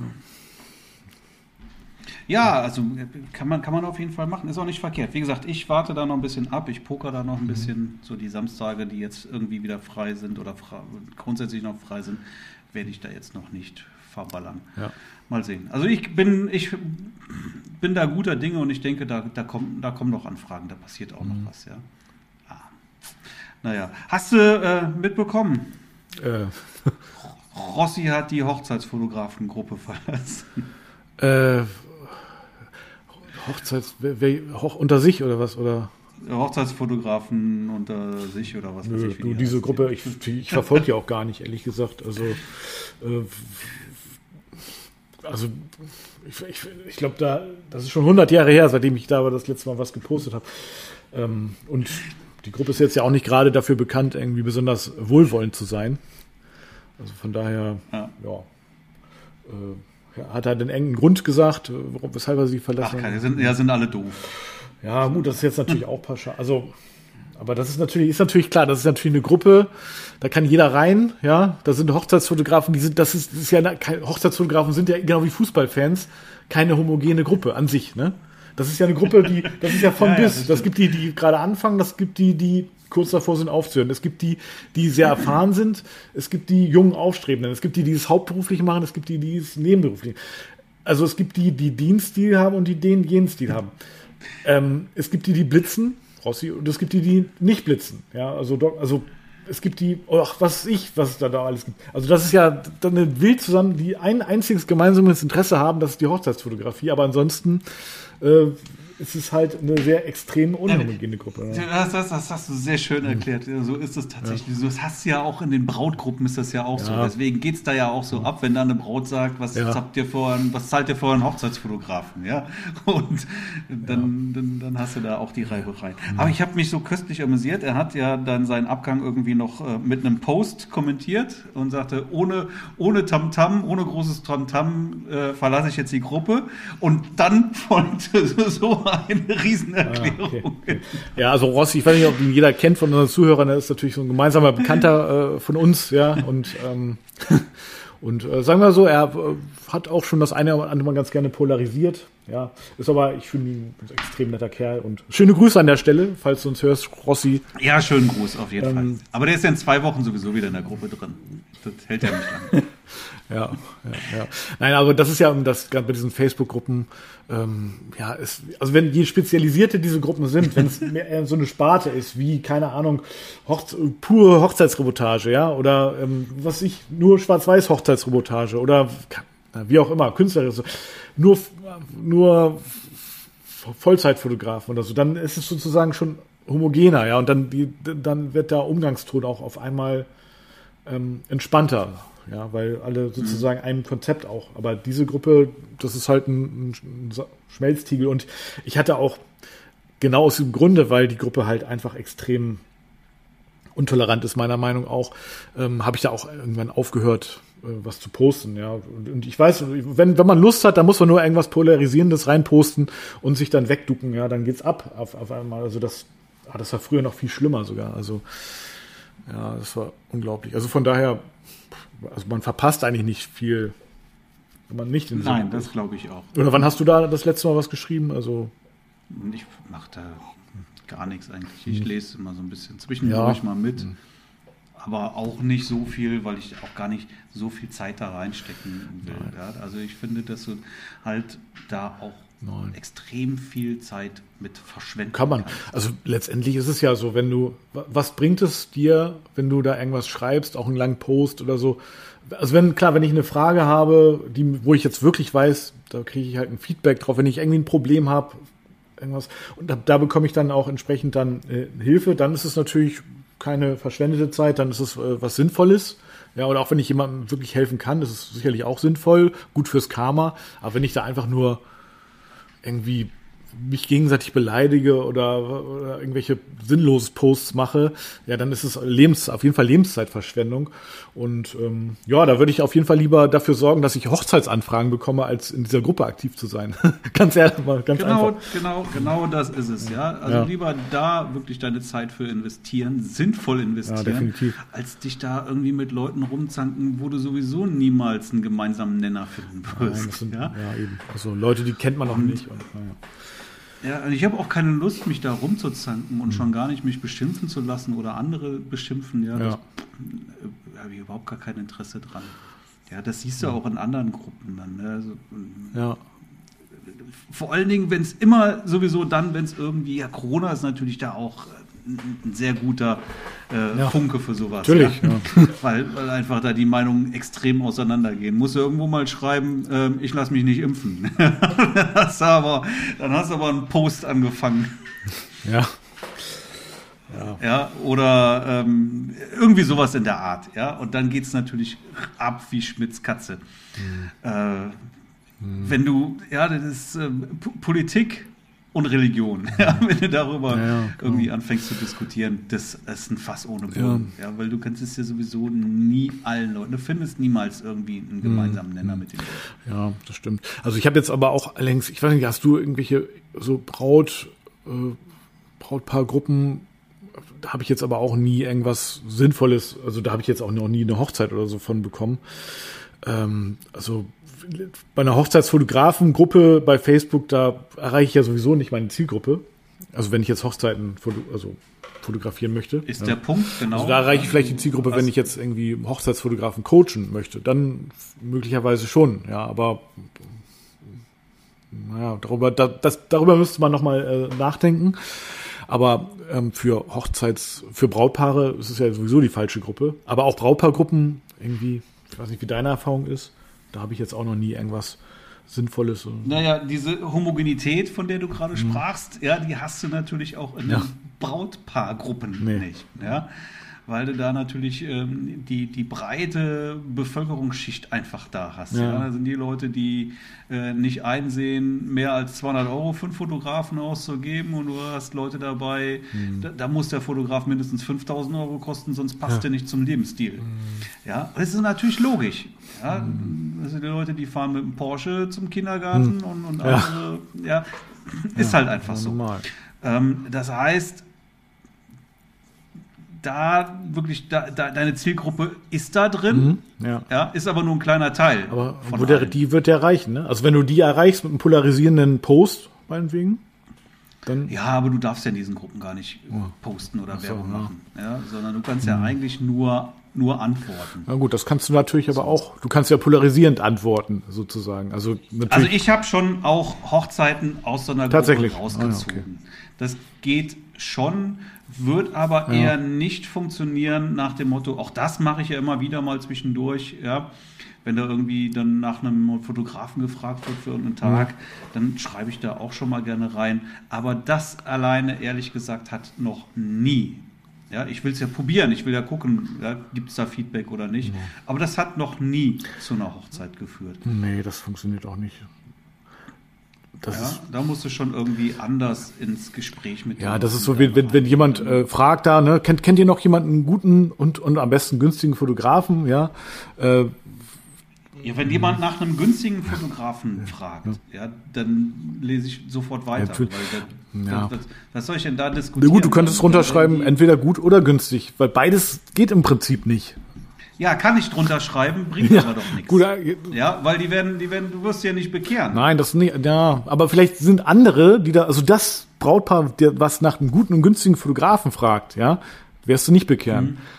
Ja, also kann man, kann man auf jeden Fall machen. Ist auch nicht verkehrt. Wie gesagt, ich warte da noch ein bisschen ab. Ich poker da noch ein bisschen. So die Samstage, die jetzt irgendwie wieder frei sind oder fra- grundsätzlich noch frei sind, werde ich da jetzt noch nicht verballern. Ja. Mal sehen. Also ich bin, ich bin da guter Dinge und ich denke, da, da, kommen, da kommen noch Anfragen. Da passiert auch mhm. noch was. Ja. Ah. Naja. Hast du äh, mitbekommen? Äh. Rossi hat die Hochzeitsfotografengruppe verlassen. Äh... Hochzeits... Hoch, unter sich oder was? Oder? Hochzeitsfotografen unter sich oder was weiß Nö, ich. Du, diese heißt. Gruppe, ich, ich verfolge die auch gar nicht, ehrlich gesagt. Also, äh, also ich, ich, ich glaube, da, das ist schon hundert Jahre her, seitdem ich da das letzte Mal was gepostet habe. Ähm, und die Gruppe ist jetzt ja auch nicht gerade dafür bekannt, irgendwie besonders wohlwollend zu sein. Also von daher, ja, ja äh, hat er den engen Grund gesagt, warum, weshalb er sie verlassen hat? Ach, keine, sind, ja, sind alle doof. Ja, gut, das ist jetzt natürlich auch pauschal. Also, aber das ist natürlich, ist natürlich klar, das ist natürlich eine Gruppe, da kann jeder rein, ja. Da sind Hochzeitsfotografen, die sind, das ist, das ist ja, Hochzeitsfotografen sind ja genau wie Fußballfans keine homogene Gruppe an sich, ne? Das ist ja eine Gruppe, die, das ist ja von ja, bis. Ja, das, das gibt die, die gerade anfangen, das gibt die, die kurz davor sind aufzuhören. Es gibt die, die sehr erfahren sind. Es gibt die jungen Aufstrebenden. Es gibt die, die es hauptberuflich machen. Es gibt die, die es nebenberuflich. Also es gibt die, die den Stil haben und die den jenen Stil haben. Ähm, es gibt die, die blitzen, Rossi, und es gibt die, die nicht blitzen. Ja, also, also es gibt die, ach, was weiß ich, was es da, da alles gibt. Also das ist ja eine wild zusammen, die ein einziges gemeinsames Interesse haben, das ist die Hochzeitsfotografie. Aber ansonsten äh, es ist halt eine sehr extrem unhomogene Gruppe. Ja. Das, das, das hast du sehr schön erklärt. So ist es tatsächlich. Ja. Das hast du ja auch in den Brautgruppen, ist das ja auch ja. so. Deswegen geht es da ja auch so ab, wenn da eine Braut sagt, was, ja. habt ihr vor, was zahlt ihr vor einen Hochzeitsfotografen? Ja? Und dann, ja. dann, dann hast du da auch die Reiberei. Mhm. Aber ich habe mich so köstlich amüsiert. Er hat ja dann seinen Abgang irgendwie noch äh, mit einem Post kommentiert und sagte, ohne, ohne Tamtam, ohne großes Tamtam äh, verlasse ich jetzt die Gruppe. Und dann folgte so eine Riesenerklärung. Ah, okay. Ja, also Rossi, ich weiß nicht, ob ihn jeder kennt von unseren Zuhörern, er ist natürlich so ein gemeinsamer Bekannter äh, von uns, ja, und ähm, und äh, sagen wir so, er äh, hat auch schon das eine oder andere Mal ganz gerne polarisiert, ja, ist aber, ich finde ihn ein extrem netter Kerl und schöne Grüße an der Stelle, falls du uns hörst, Rossi. Ja, schönen Gruß auf jeden ähm, Fall. Aber der ist ja in zwei Wochen sowieso wieder in der Gruppe drin. Das hält ja nicht lang. Ja, ja, ja. Nein, aber das ist ja das gerade bei diesen Facebook-Gruppen, ähm, ja, es, also wenn je spezialisierter diese Gruppen sind, wenn es mehr so eine Sparte ist, wie, keine Ahnung, Hochze- pure Hochzeitsreportage, ja, oder ähm, was ich, nur schwarz-weiß Hochzeitsreportage oder wie auch immer, Künstler, nur, nur Vollzeitfotografen oder so, dann ist es sozusagen schon homogener, ja, und dann, die, dann wird der Umgangston auch auf einmal ähm, entspannter. Ja, weil alle sozusagen mhm. einem Konzept auch. Aber diese Gruppe, das ist halt ein, ein Schmelztiegel. Und ich hatte auch genau aus dem Grunde, weil die Gruppe halt einfach extrem intolerant ist, meiner Meinung auch, ähm, habe ich da auch irgendwann aufgehört, äh, was zu posten. Ja, und, und ich weiß, wenn, wenn man Lust hat, dann muss man nur irgendwas Polarisierendes reinposten und sich dann wegducken. Ja, dann geht's ab auf, auf einmal. Also das, ah, das war früher noch viel schlimmer sogar. Also ja, das war unglaublich. Also von daher, also man verpasst eigentlich nicht viel, wenn man nicht in Nein, das glaube ich auch. Oder wann hast du da das letzte Mal was geschrieben? Also ich mache da gar nichts eigentlich. Ich lese immer so ein bisschen zwischendurch ja. mal mit. aber auch nicht so viel, weil ich auch gar nicht so viel Zeit da reinstecken will. Ja? Also ich finde, dass du halt da auch Nein. extrem viel Zeit mit verschwenden kann man. kannst. Also letztendlich ist es ja so, wenn du, was bringt es dir, wenn du da irgendwas schreibst, auch einen langen Post oder so. Also wenn, klar, wenn ich eine Frage habe, die, wo ich jetzt wirklich weiß, da kriege ich halt ein Feedback drauf, wenn ich irgendwie ein Problem habe, irgendwas, und da, da bekomme ich dann auch entsprechend dann äh, Hilfe, dann ist es natürlich keine verschwendete Zeit, dann ist es äh, was Sinnvolles. Ja, oder auch wenn ich jemandem wirklich helfen kann, das ist sicherlich auch sinnvoll, gut fürs Karma, aber wenn ich da einfach nur irgendwie mich gegenseitig beleidige oder, oder irgendwelche sinnlosen Posts mache, ja, dann ist es Lebens, auf jeden Fall Lebenszeitverschwendung. Und ähm, ja, da würde ich auf jeden Fall lieber dafür sorgen, dass ich Hochzeitsanfragen bekomme, als in dieser Gruppe aktiv zu sein. Ganz ehrlich, mal ganz genau, einfach. Genau, genau das ist es, ja. Also ja. lieber da wirklich deine Zeit für investieren, sinnvoll investieren, ja, definitiv. als dich da irgendwie mit Leuten rumzanken, wo du sowieso niemals einen gemeinsamen Nenner finden wirst. Nein, das sind, ja? ja, eben. Also Leute, die kennt man noch nicht. Und, ja. Ja, also ich habe auch keine Lust, mich da rumzuzanken und mhm. schon gar nicht mich beschimpfen zu lassen oder andere beschimpfen. Ja, ja. Da habe ich überhaupt gar kein Interesse dran. Ja, das siehst du ja. auch in anderen Gruppen dann. Ne? Also, ja. Vor allen Dingen, wenn es immer sowieso dann, wenn es irgendwie, ja, Corona ist natürlich da auch ein sehr guter äh, ja. Funke für sowas. Natürlich, ja? Ja. weil, weil einfach da die Meinungen extrem auseinandergehen. Musst du irgendwo mal schreiben, ähm, ich lasse mich nicht impfen. dann, hast du aber, dann hast du aber einen Post angefangen. Ja. Ja. ja, oder ähm, irgendwie sowas in der Art. Ja? Und dann geht es natürlich ab wie Schmitz Katze. Mhm. Äh, mhm. Wenn du, ja, das ist äh, P- Politik und Religion. Ja, wenn du darüber ja, ja, irgendwie anfängst zu diskutieren, das ist ein Fass ohne Boden. Ja. Ja, weil du kannst es ja sowieso nie allen Leuten, du findest niemals irgendwie einen gemeinsamen Nenner mit den Leuten. Ja, das stimmt. Also ich habe jetzt aber auch längst, ich weiß nicht, hast du irgendwelche so Braut, äh, Brautpaargruppen, da habe ich jetzt aber auch nie irgendwas Sinnvolles, also da habe ich jetzt auch noch nie eine Hochzeit oder so von bekommen. Ähm, also bei einer Hochzeitsfotografengruppe bei Facebook, da erreiche ich ja sowieso nicht meine Zielgruppe. Also wenn ich jetzt Hochzeiten foto- also fotografieren möchte. Ist ja. der Punkt, genau. Also da erreiche ich vielleicht die Zielgruppe, wenn ich jetzt irgendwie Hochzeitsfotografen coachen möchte. Dann möglicherweise schon, ja, aber naja, darüber, da, das, darüber müsste man nochmal äh, nachdenken. Aber ähm, für Hochzeits-, für Brautpaare ist es ja sowieso die falsche Gruppe. Aber auch Brautpaargruppen irgendwie, ich weiß nicht, wie deine Erfahrung ist. Da habe ich jetzt auch noch nie irgendwas Sinnvolles. Naja, diese Homogenität, von der du gerade mhm. sprachst, ja, die hast du natürlich auch in ja. den Brautpaargruppen nee. nicht. Ja? Weil du da natürlich ähm, die, die breite Bevölkerungsschicht einfach da hast. Ja. Ja? Da sind die Leute, die äh, nicht einsehen, mehr als zweihundert Euro für einen Fotografen auszugeben, und du hast Leute dabei, mhm. da, da muss der Fotograf mindestens fünftausend Euro kosten, sonst passt ja. der nicht zum Lebensstil. Mhm. Ja? Das ist natürlich logisch. Ja? Mhm. Das sind die Leute, die fahren mit dem Porsche zum Kindergarten mhm. und, und andere. Ja. Ja, ist ja, halt einfach so. Normal. Ähm, das heißt, da wirklich, da, da, deine Zielgruppe ist da drin, mhm, ja. ja, ist aber nur ein kleiner Teil. Aber von der, die wird der erreichen, ne? Also wenn du die erreichst mit einem polarisierenden Post, meinetwegen, dann... Ja, aber du darfst ja in diesen Gruppen gar nicht oh. posten oder so, Werbung ja. machen, ja, sondern du kannst ja mhm. eigentlich nur, nur antworten. Na gut, das kannst du natürlich aber auch, du kannst ja polarisierend antworten, sozusagen. Also, also ich habe schon auch Hochzeiten aus so einer Tatsächlich. Gruppe rausgezogen. Ah, okay. Das geht schon, wird aber ja. eher nicht funktionieren nach dem Motto, auch das mache ich ja immer wieder mal zwischendurch, ja, wenn da irgendwie dann nach einem Fotografen gefragt wird für einen Tag, ja. dann schreibe ich da auch schon mal gerne rein, aber das alleine, ehrlich gesagt, hat noch nie, ja, ich will es ja probieren, ich will ja gucken, ja, gibt es da Feedback oder nicht, ja. aber das hat noch nie zu einer Hochzeit geführt. Nee, das funktioniert auch nicht. Das ja, ist, da musst du schon irgendwie anders ins Gespräch mit Ja, das ist so, wie, wenn, wenn jemand äh, fragt da, ne, kennt, kennt ihr noch jemanden, einen guten und, und am besten günstigen Fotografen, ja? Äh, ja, wenn jemand nach einem günstigen Fotografen fragt, ja. ja, dann lese ich sofort weiter. Ja, weil dann, ja. was, was soll ich denn da diskutieren? Na gut, du könntest runterschreiben, entweder gut oder günstig, weil beides geht im Prinzip nicht. Ja, kann ich drunter schreiben, bringt ja, aber doch nichts. Gut, ja, weil die werden, die werden, du wirst ja nicht bekehren. Nein, das nicht, ja, aber vielleicht sind andere, die da, also das Brautpaar, der, was nach einem guten und günstigen Fotografen fragt, ja, wirst du nicht bekehren. Mhm.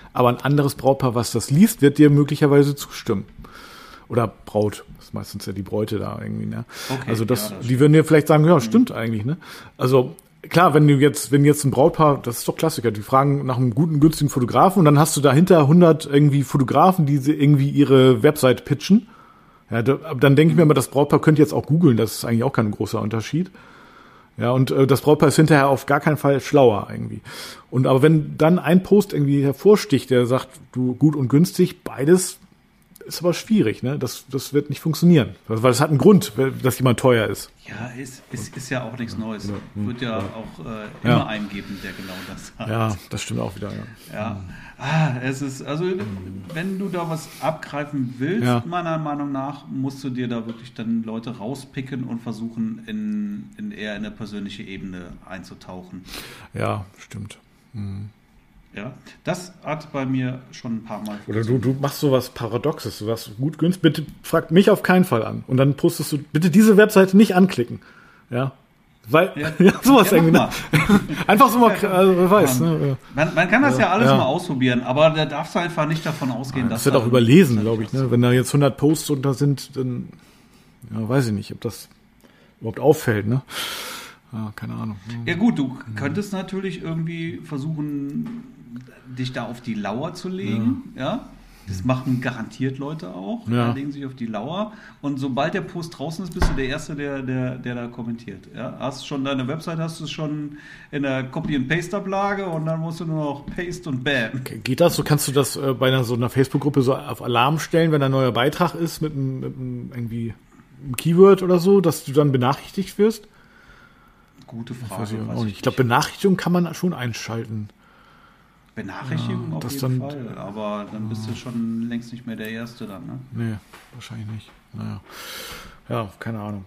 aber ein anderes Brautpaar, was das liest, wird dir möglicherweise zustimmen. Oder Braut, das ist meistens ja die Bräute da irgendwie, ne? Okay, also das, ja, das die würden dir vielleicht sagen, ja, stimmt mhm. eigentlich, ne? Also klar, wenn du jetzt, wenn jetzt ein Brautpaar, das ist doch Klassiker, die fragen nach einem guten, günstigen Fotografen und dann hast du dahinter hundert irgendwie Fotografen, die irgendwie ihre Website pitchen. Ja, da, dann denke ich mir immer, das Brautpaar könnte jetzt auch googeln, das ist eigentlich auch kein großer Unterschied. Ja, und äh, das Brautpaar ist hinterher auf gar keinen Fall schlauer irgendwie. Und aber wenn dann ein Post irgendwie hervorsticht, der sagt, du gut und günstig, beides ist aber schwierig, ne? Das, das wird nicht funktionieren. Weil es hat einen Grund, dass jemand teuer ist. Ja, ist, ist, ist ja auch nichts Neues. Ja, Wird ja, ja. auch äh, immer ja. einen geben, der genau das hat. Ja, das stimmt auch wieder, ja. Ja. Ah, es ist, also wenn du da was abgreifen willst, ja. meiner Meinung nach, musst du dir da wirklich dann Leute rauspicken und versuchen, in, in eher in eine persönliche Ebene einzutauchen. Ja, stimmt. Mhm. Ja, das hat bei mir schon ein paar Mal. Oder du, du machst sowas Paradoxes, sowas gut günstig. Bitte frag mich auf keinen Fall an. Und dann postest du, bitte diese Webseite nicht anklicken. Ja. Weil, ja, ja sowas ja, irgendwie. Ne? Einfach so mal, also, wer weiß. Man, ne? man, man kann das ja, ja alles ja. mal ausprobieren, aber da darfst du einfach nicht davon ausgehen, ja, dass. Das wird auch überlesen, glaube ich. Ne? Wenn da jetzt hundert Posts unter sind, dann, ja, weiß ich nicht, ob das überhaupt auffällt, ne? Ja, keine Ahnung. Ja gut, du könntest natürlich irgendwie versuchen, dich da auf die Lauer zu legen, ja. ja? Das machen garantiert Leute auch, ja. legen sich auf die Lauer und sobald der Post draußen ist, bist du der Erste, der, der, der da kommentiert. Ja? Hast schon deine Website, hast du schon in der Copy-and-Paste-Ablage und dann musst du nur noch Paste und Bam. Okay, geht das? So kannst du das äh, bei einer, so einer Facebook-Gruppe so auf Alarm stellen, wenn ein neuer Beitrag ist mit einem, mit einem irgendwie einem Keyword oder so, dass du dann benachrichtigt wirst? Gute Frage. Ich, weiß ich, ich glaube, Benachrichtigung kann man schon einschalten. Benachrichtigung ja, auf jeden dann, Fall, aber dann bist du schon längst nicht mehr der Erste dann, ne? Nee, wahrscheinlich nicht. Naja. Ja, keine Ahnung.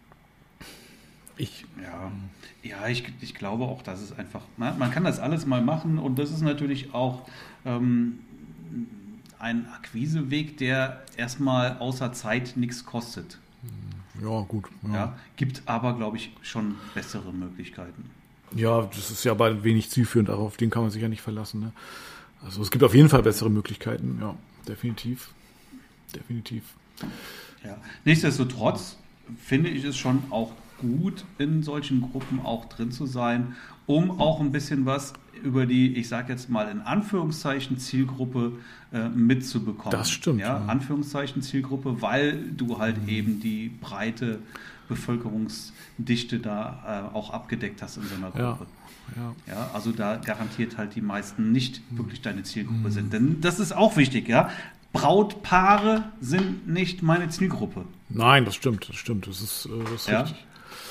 Ich. Ja, ja ich, ich glaube auch, dass es einfach, man, man kann das alles mal machen und das ist natürlich auch ähm, ein Akquiseweg, der erstmal außer Zeit nichts kostet. Ja, gut. Ja. Ja, gibt aber, glaube ich, schon bessere Möglichkeiten. Ja, das ist ja aber wenig zielführend, auf den kann man sich ja nicht verlassen. Ne? Also es gibt auf jeden Fall bessere Möglichkeiten, ja, definitiv. Definitiv. Ja. Nichtsdestotrotz finde ich es schon auch gut, in solchen Gruppen auch drin zu sein, um auch ein bisschen was über die, ich sage jetzt mal in Anführungszeichen, Zielgruppe äh, mitzubekommen. Das stimmt. Ja, ja. Anführungszeichen Zielgruppe, weil du halt mhm. eben die breite Bevölkerungsdichte da äh, auch abgedeckt hast in so einer Gruppe. Ja, ja. Ja, also da garantiert halt die meisten nicht wirklich deine Zielgruppe mhm. sind. Denn das ist auch wichtig, ja. Brautpaare sind nicht meine Zielgruppe. Nein, das stimmt, das stimmt. Das ist, das ist ja. richtig.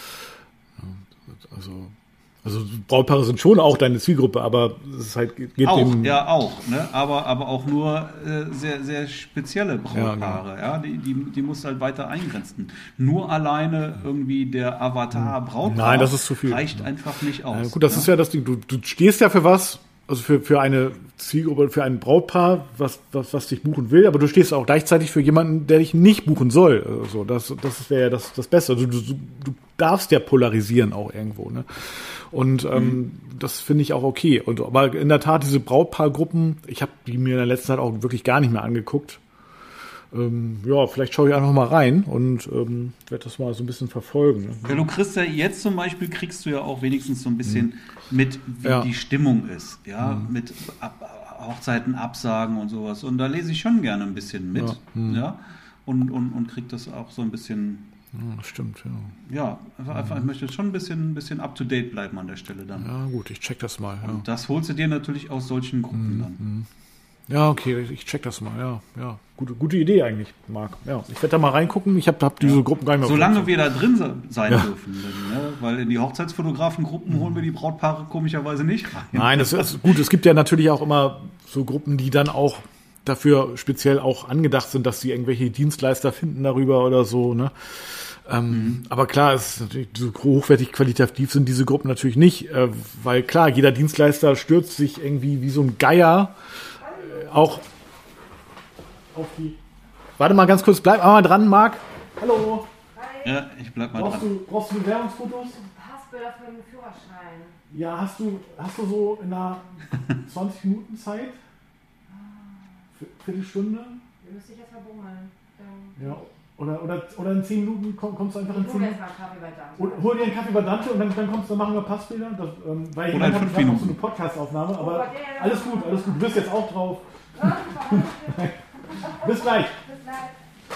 Ja, also, also Brautpaare sind schon auch deine Zielgruppe, aber es ist halt geht auch, dem ja auch, ne? aber aber auch nur äh, sehr sehr spezielle Brautpaare, ja, ja? Die, die die musst du halt weiter eingrenzen. Nur alleine irgendwie der Avatar Brautpaar Nein, das ist zu viel. reicht einfach nicht aus. Ja, gut, das ja? ist ja das Ding. Du, du stehst ja für was. Also für, für eine Zielgruppe, für ein Brautpaar, was, was, was dich buchen will, aber du stehst auch gleichzeitig für jemanden, der dich nicht buchen soll. Also das, das wäre ja das, das Beste. Also du, du, du darfst ja polarisieren auch irgendwo, ne? Und ähm, mhm. das finde ich auch okay. Und aber in der Tat, diese Brautpaargruppen, ich habe die mir in der letzten Zeit auch wirklich gar nicht mehr angeguckt. Ähm, ja, vielleicht schaue ich einfach mal rein und ähm, werde das mal so ein bisschen verfolgen. Ne? Ja, du kriegst ja jetzt zum Beispiel, kriegst du ja auch wenigstens so ein bisschen mhm. mit, wie ja. die Stimmung ist. Ja, mhm. mit Ab- Hochzeiten absagen und sowas. Und da lese ich schon gerne ein bisschen mit. Ja, mhm. ja? Und, und, und krieg das auch so ein bisschen. Ja, stimmt, ja. Ja, einfach, mhm. einfach, ich möchte schon ein bisschen, ein bisschen up to date bleiben an der Stelle dann. Ja, gut, ich check das mal. Ja. Und das holst du dir natürlich aus solchen Gruppen mhm. dann. Ja, okay, ich check das mal, ja, ja. Gute, gute Idee eigentlich, Marc. Ja, ich werde da mal reingucken, ich habe hab diese ja. Gruppen gar nicht mehr. Solange wir da drin sein ja. dürfen, denn, ne? Weil in die Hochzeitsfotografengruppen holen wir die Brautpaare komischerweise nicht rein. Nein, das ist gut, es gibt ja natürlich auch immer so Gruppen, die dann auch dafür speziell auch angedacht sind, dass sie irgendwelche Dienstleister finden darüber oder so, ne? Ähm, mhm. Aber klar, es ist natürlich so hochwertig qualitativ sind diese Gruppen natürlich nicht, äh, weil klar, jeder Dienstleister stürzt sich irgendwie wie so ein Geier auch auf die. Warte mal ganz kurz, bleib mal dran, Marc. Hallo. Hi. Ja, ich bleib mal brauchst dran. Du, brauchst du Bewerbungsfotos? Passbilder für den Führerschein. Ja, hast du, hast du so in einer zwanzig Minuten Zeit? Viertelstunde? Du müsst dich jetzt verbummeln. Ja. Oder, oder, oder in zehn Minuten komm, kommst du einfach in zehn Minuten. Kaffee bei Dante. Hol dir einen Kaffee bei Dante und dann, dann kommst du, dann machen wir Passbilder. Das, ähm, weil oder in ich fünf habe noch so Minuten. eine Podcast-Aufnahme, aber Oh Gott, ja, alles gut, alles gut. Du bist jetzt auch drauf. Bis gleich. Bis gleich.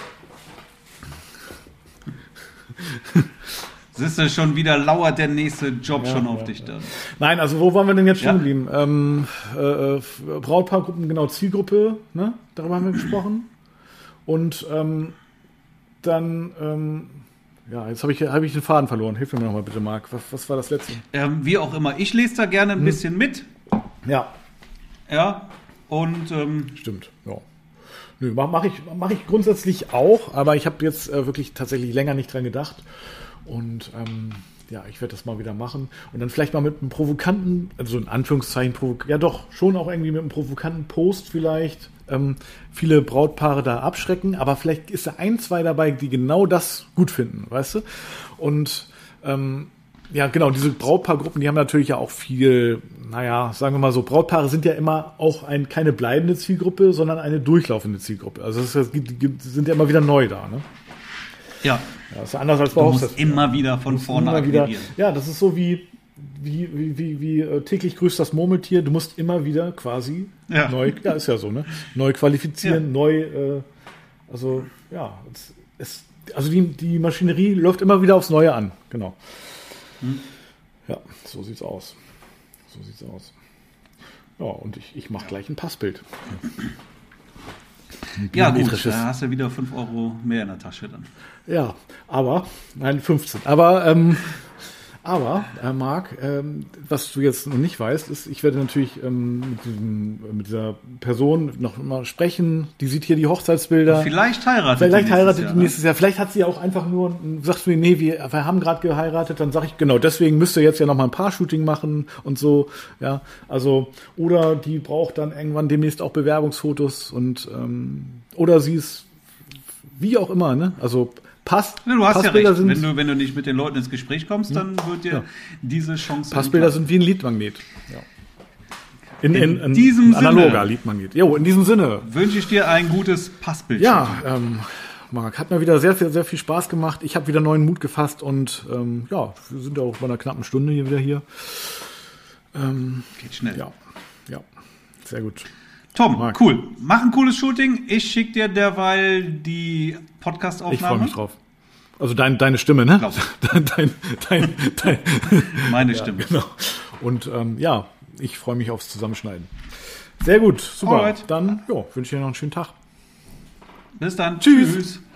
Siehst du, schon wieder lauert der nächste Job Ja, schon ja, auf dich ja. dann. Nein, also wo waren wir denn jetzt Ja. stehen geblieben? Ähm, äh, äh, Brautpaargruppen, genau, Zielgruppe, ne? Darüber haben wir gesprochen. Und ähm, dann, ähm, ja, jetzt habe ich, hab ich den Faden verloren. Hilf mir nochmal bitte, Marc. Was, was war das letzte? Ähm, wie auch immer. Ich lese da gerne ein Hm. bisschen mit. Ja, Ja. Und ähm, stimmt. Ja. Nö, mache mach ich, mach ich grundsätzlich auch, aber ich habe jetzt äh, wirklich tatsächlich länger nicht dran gedacht. Und ähm, ja, ich werde das mal wieder machen. Und dann vielleicht mal mit einem provokanten, also in Anführungszeichen, provok- ja doch, schon auch irgendwie mit einem provokanten Post vielleicht ähm, viele Brautpaare da abschrecken. Aber vielleicht ist da ein, zwei dabei, die genau das gut finden, weißt du? Und ähm, ja, genau, diese Brautpaargruppen, die haben natürlich ja auch viel, naja, sagen wir mal so, Brautpaare sind ja immer auch ein, keine bleibende Zielgruppe, sondern eine durchlaufende Zielgruppe. Also es ist, die, die sind ja immer wieder neu da, ne? ja, Ja, das ist anders als bei du musst Hochzeitsfeiern. immer wieder von Du musst vorne immer wieder, akquirieren. ja, das ist so wie, wie, wie, wie, wie äh, täglich grüßt das Murmeltier. Du musst immer wieder quasi Ja. neu, ja, ist ja so, ne? Neu qualifizieren, Ja. neu, äh, also, ja, es, es, also die, die Maschinerie läuft immer wieder aufs Neue an, genau. Hm. Ja, so sieht's aus. So sieht's aus. Ja, und ich, ich mache gleich ein Passbild. Ein Ja, gut, biometrisches. da hast du wieder fünf Euro mehr in der Tasche dann. Ja, aber, nein, fünfzehn. Aber, ähm, aber, äh, Marc, ähm, was du jetzt noch nicht weißt, ist, ich werde natürlich ähm, mit, diesem, mit dieser Person noch mal sprechen. Die sieht hier die Hochzeitsbilder. Vielleicht heiratet Vielleicht die heiratet Jahr, die nächstes Jahr. Vielleicht hat sie auch einfach nur, sagt mir, nee, wir, wir haben gerade geheiratet. Dann sage ich, genau, deswegen müsst ihr jetzt ja noch mal ein Paar-Shooting machen und so. Ja, also, oder die braucht dann irgendwann demnächst auch Bewerbungsfotos und, ähm, oder sie ist, wie auch immer, ne? Also, passt. Ja, du hast ja Passbilder recht. sind, Wenn du, wenn du nicht mit den Leuten ins Gespräch kommst, dann wird dir Ja. diese Chance. Passbilder entfallen. sind wie ein Liedmagnet. Ja. In, in, In in diesem ein analoger Sinne. Liedmagnet. Jo, in diesem Sinne. Wünsche ich dir ein gutes Passbild. Ja, ähm, Marc, hat mir wieder sehr, sehr, sehr viel Spaß gemacht. Ich habe wieder neuen Mut gefasst und ähm, ja, wir sind auch bei einer knappen Stunde hier wieder hier. Ähm, Geht schnell. ja, ja, sehr gut. Tom, Marc. cool. Mach ein cooles Shooting. Ich schicke dir derweil die Ich freue Podcast-Aufnahme. mich drauf. Also dein, deine Stimme, ne? Glaub. dein, dein, dein, dein, Meine ja, Stimme. genau. Und ähm, ja, ich freue mich aufs Zusammenschneiden. Sehr gut, super. Alright. Dann ja, wünsche ich dir noch einen schönen Tag. Bis dann. Tschüss. Tschüss.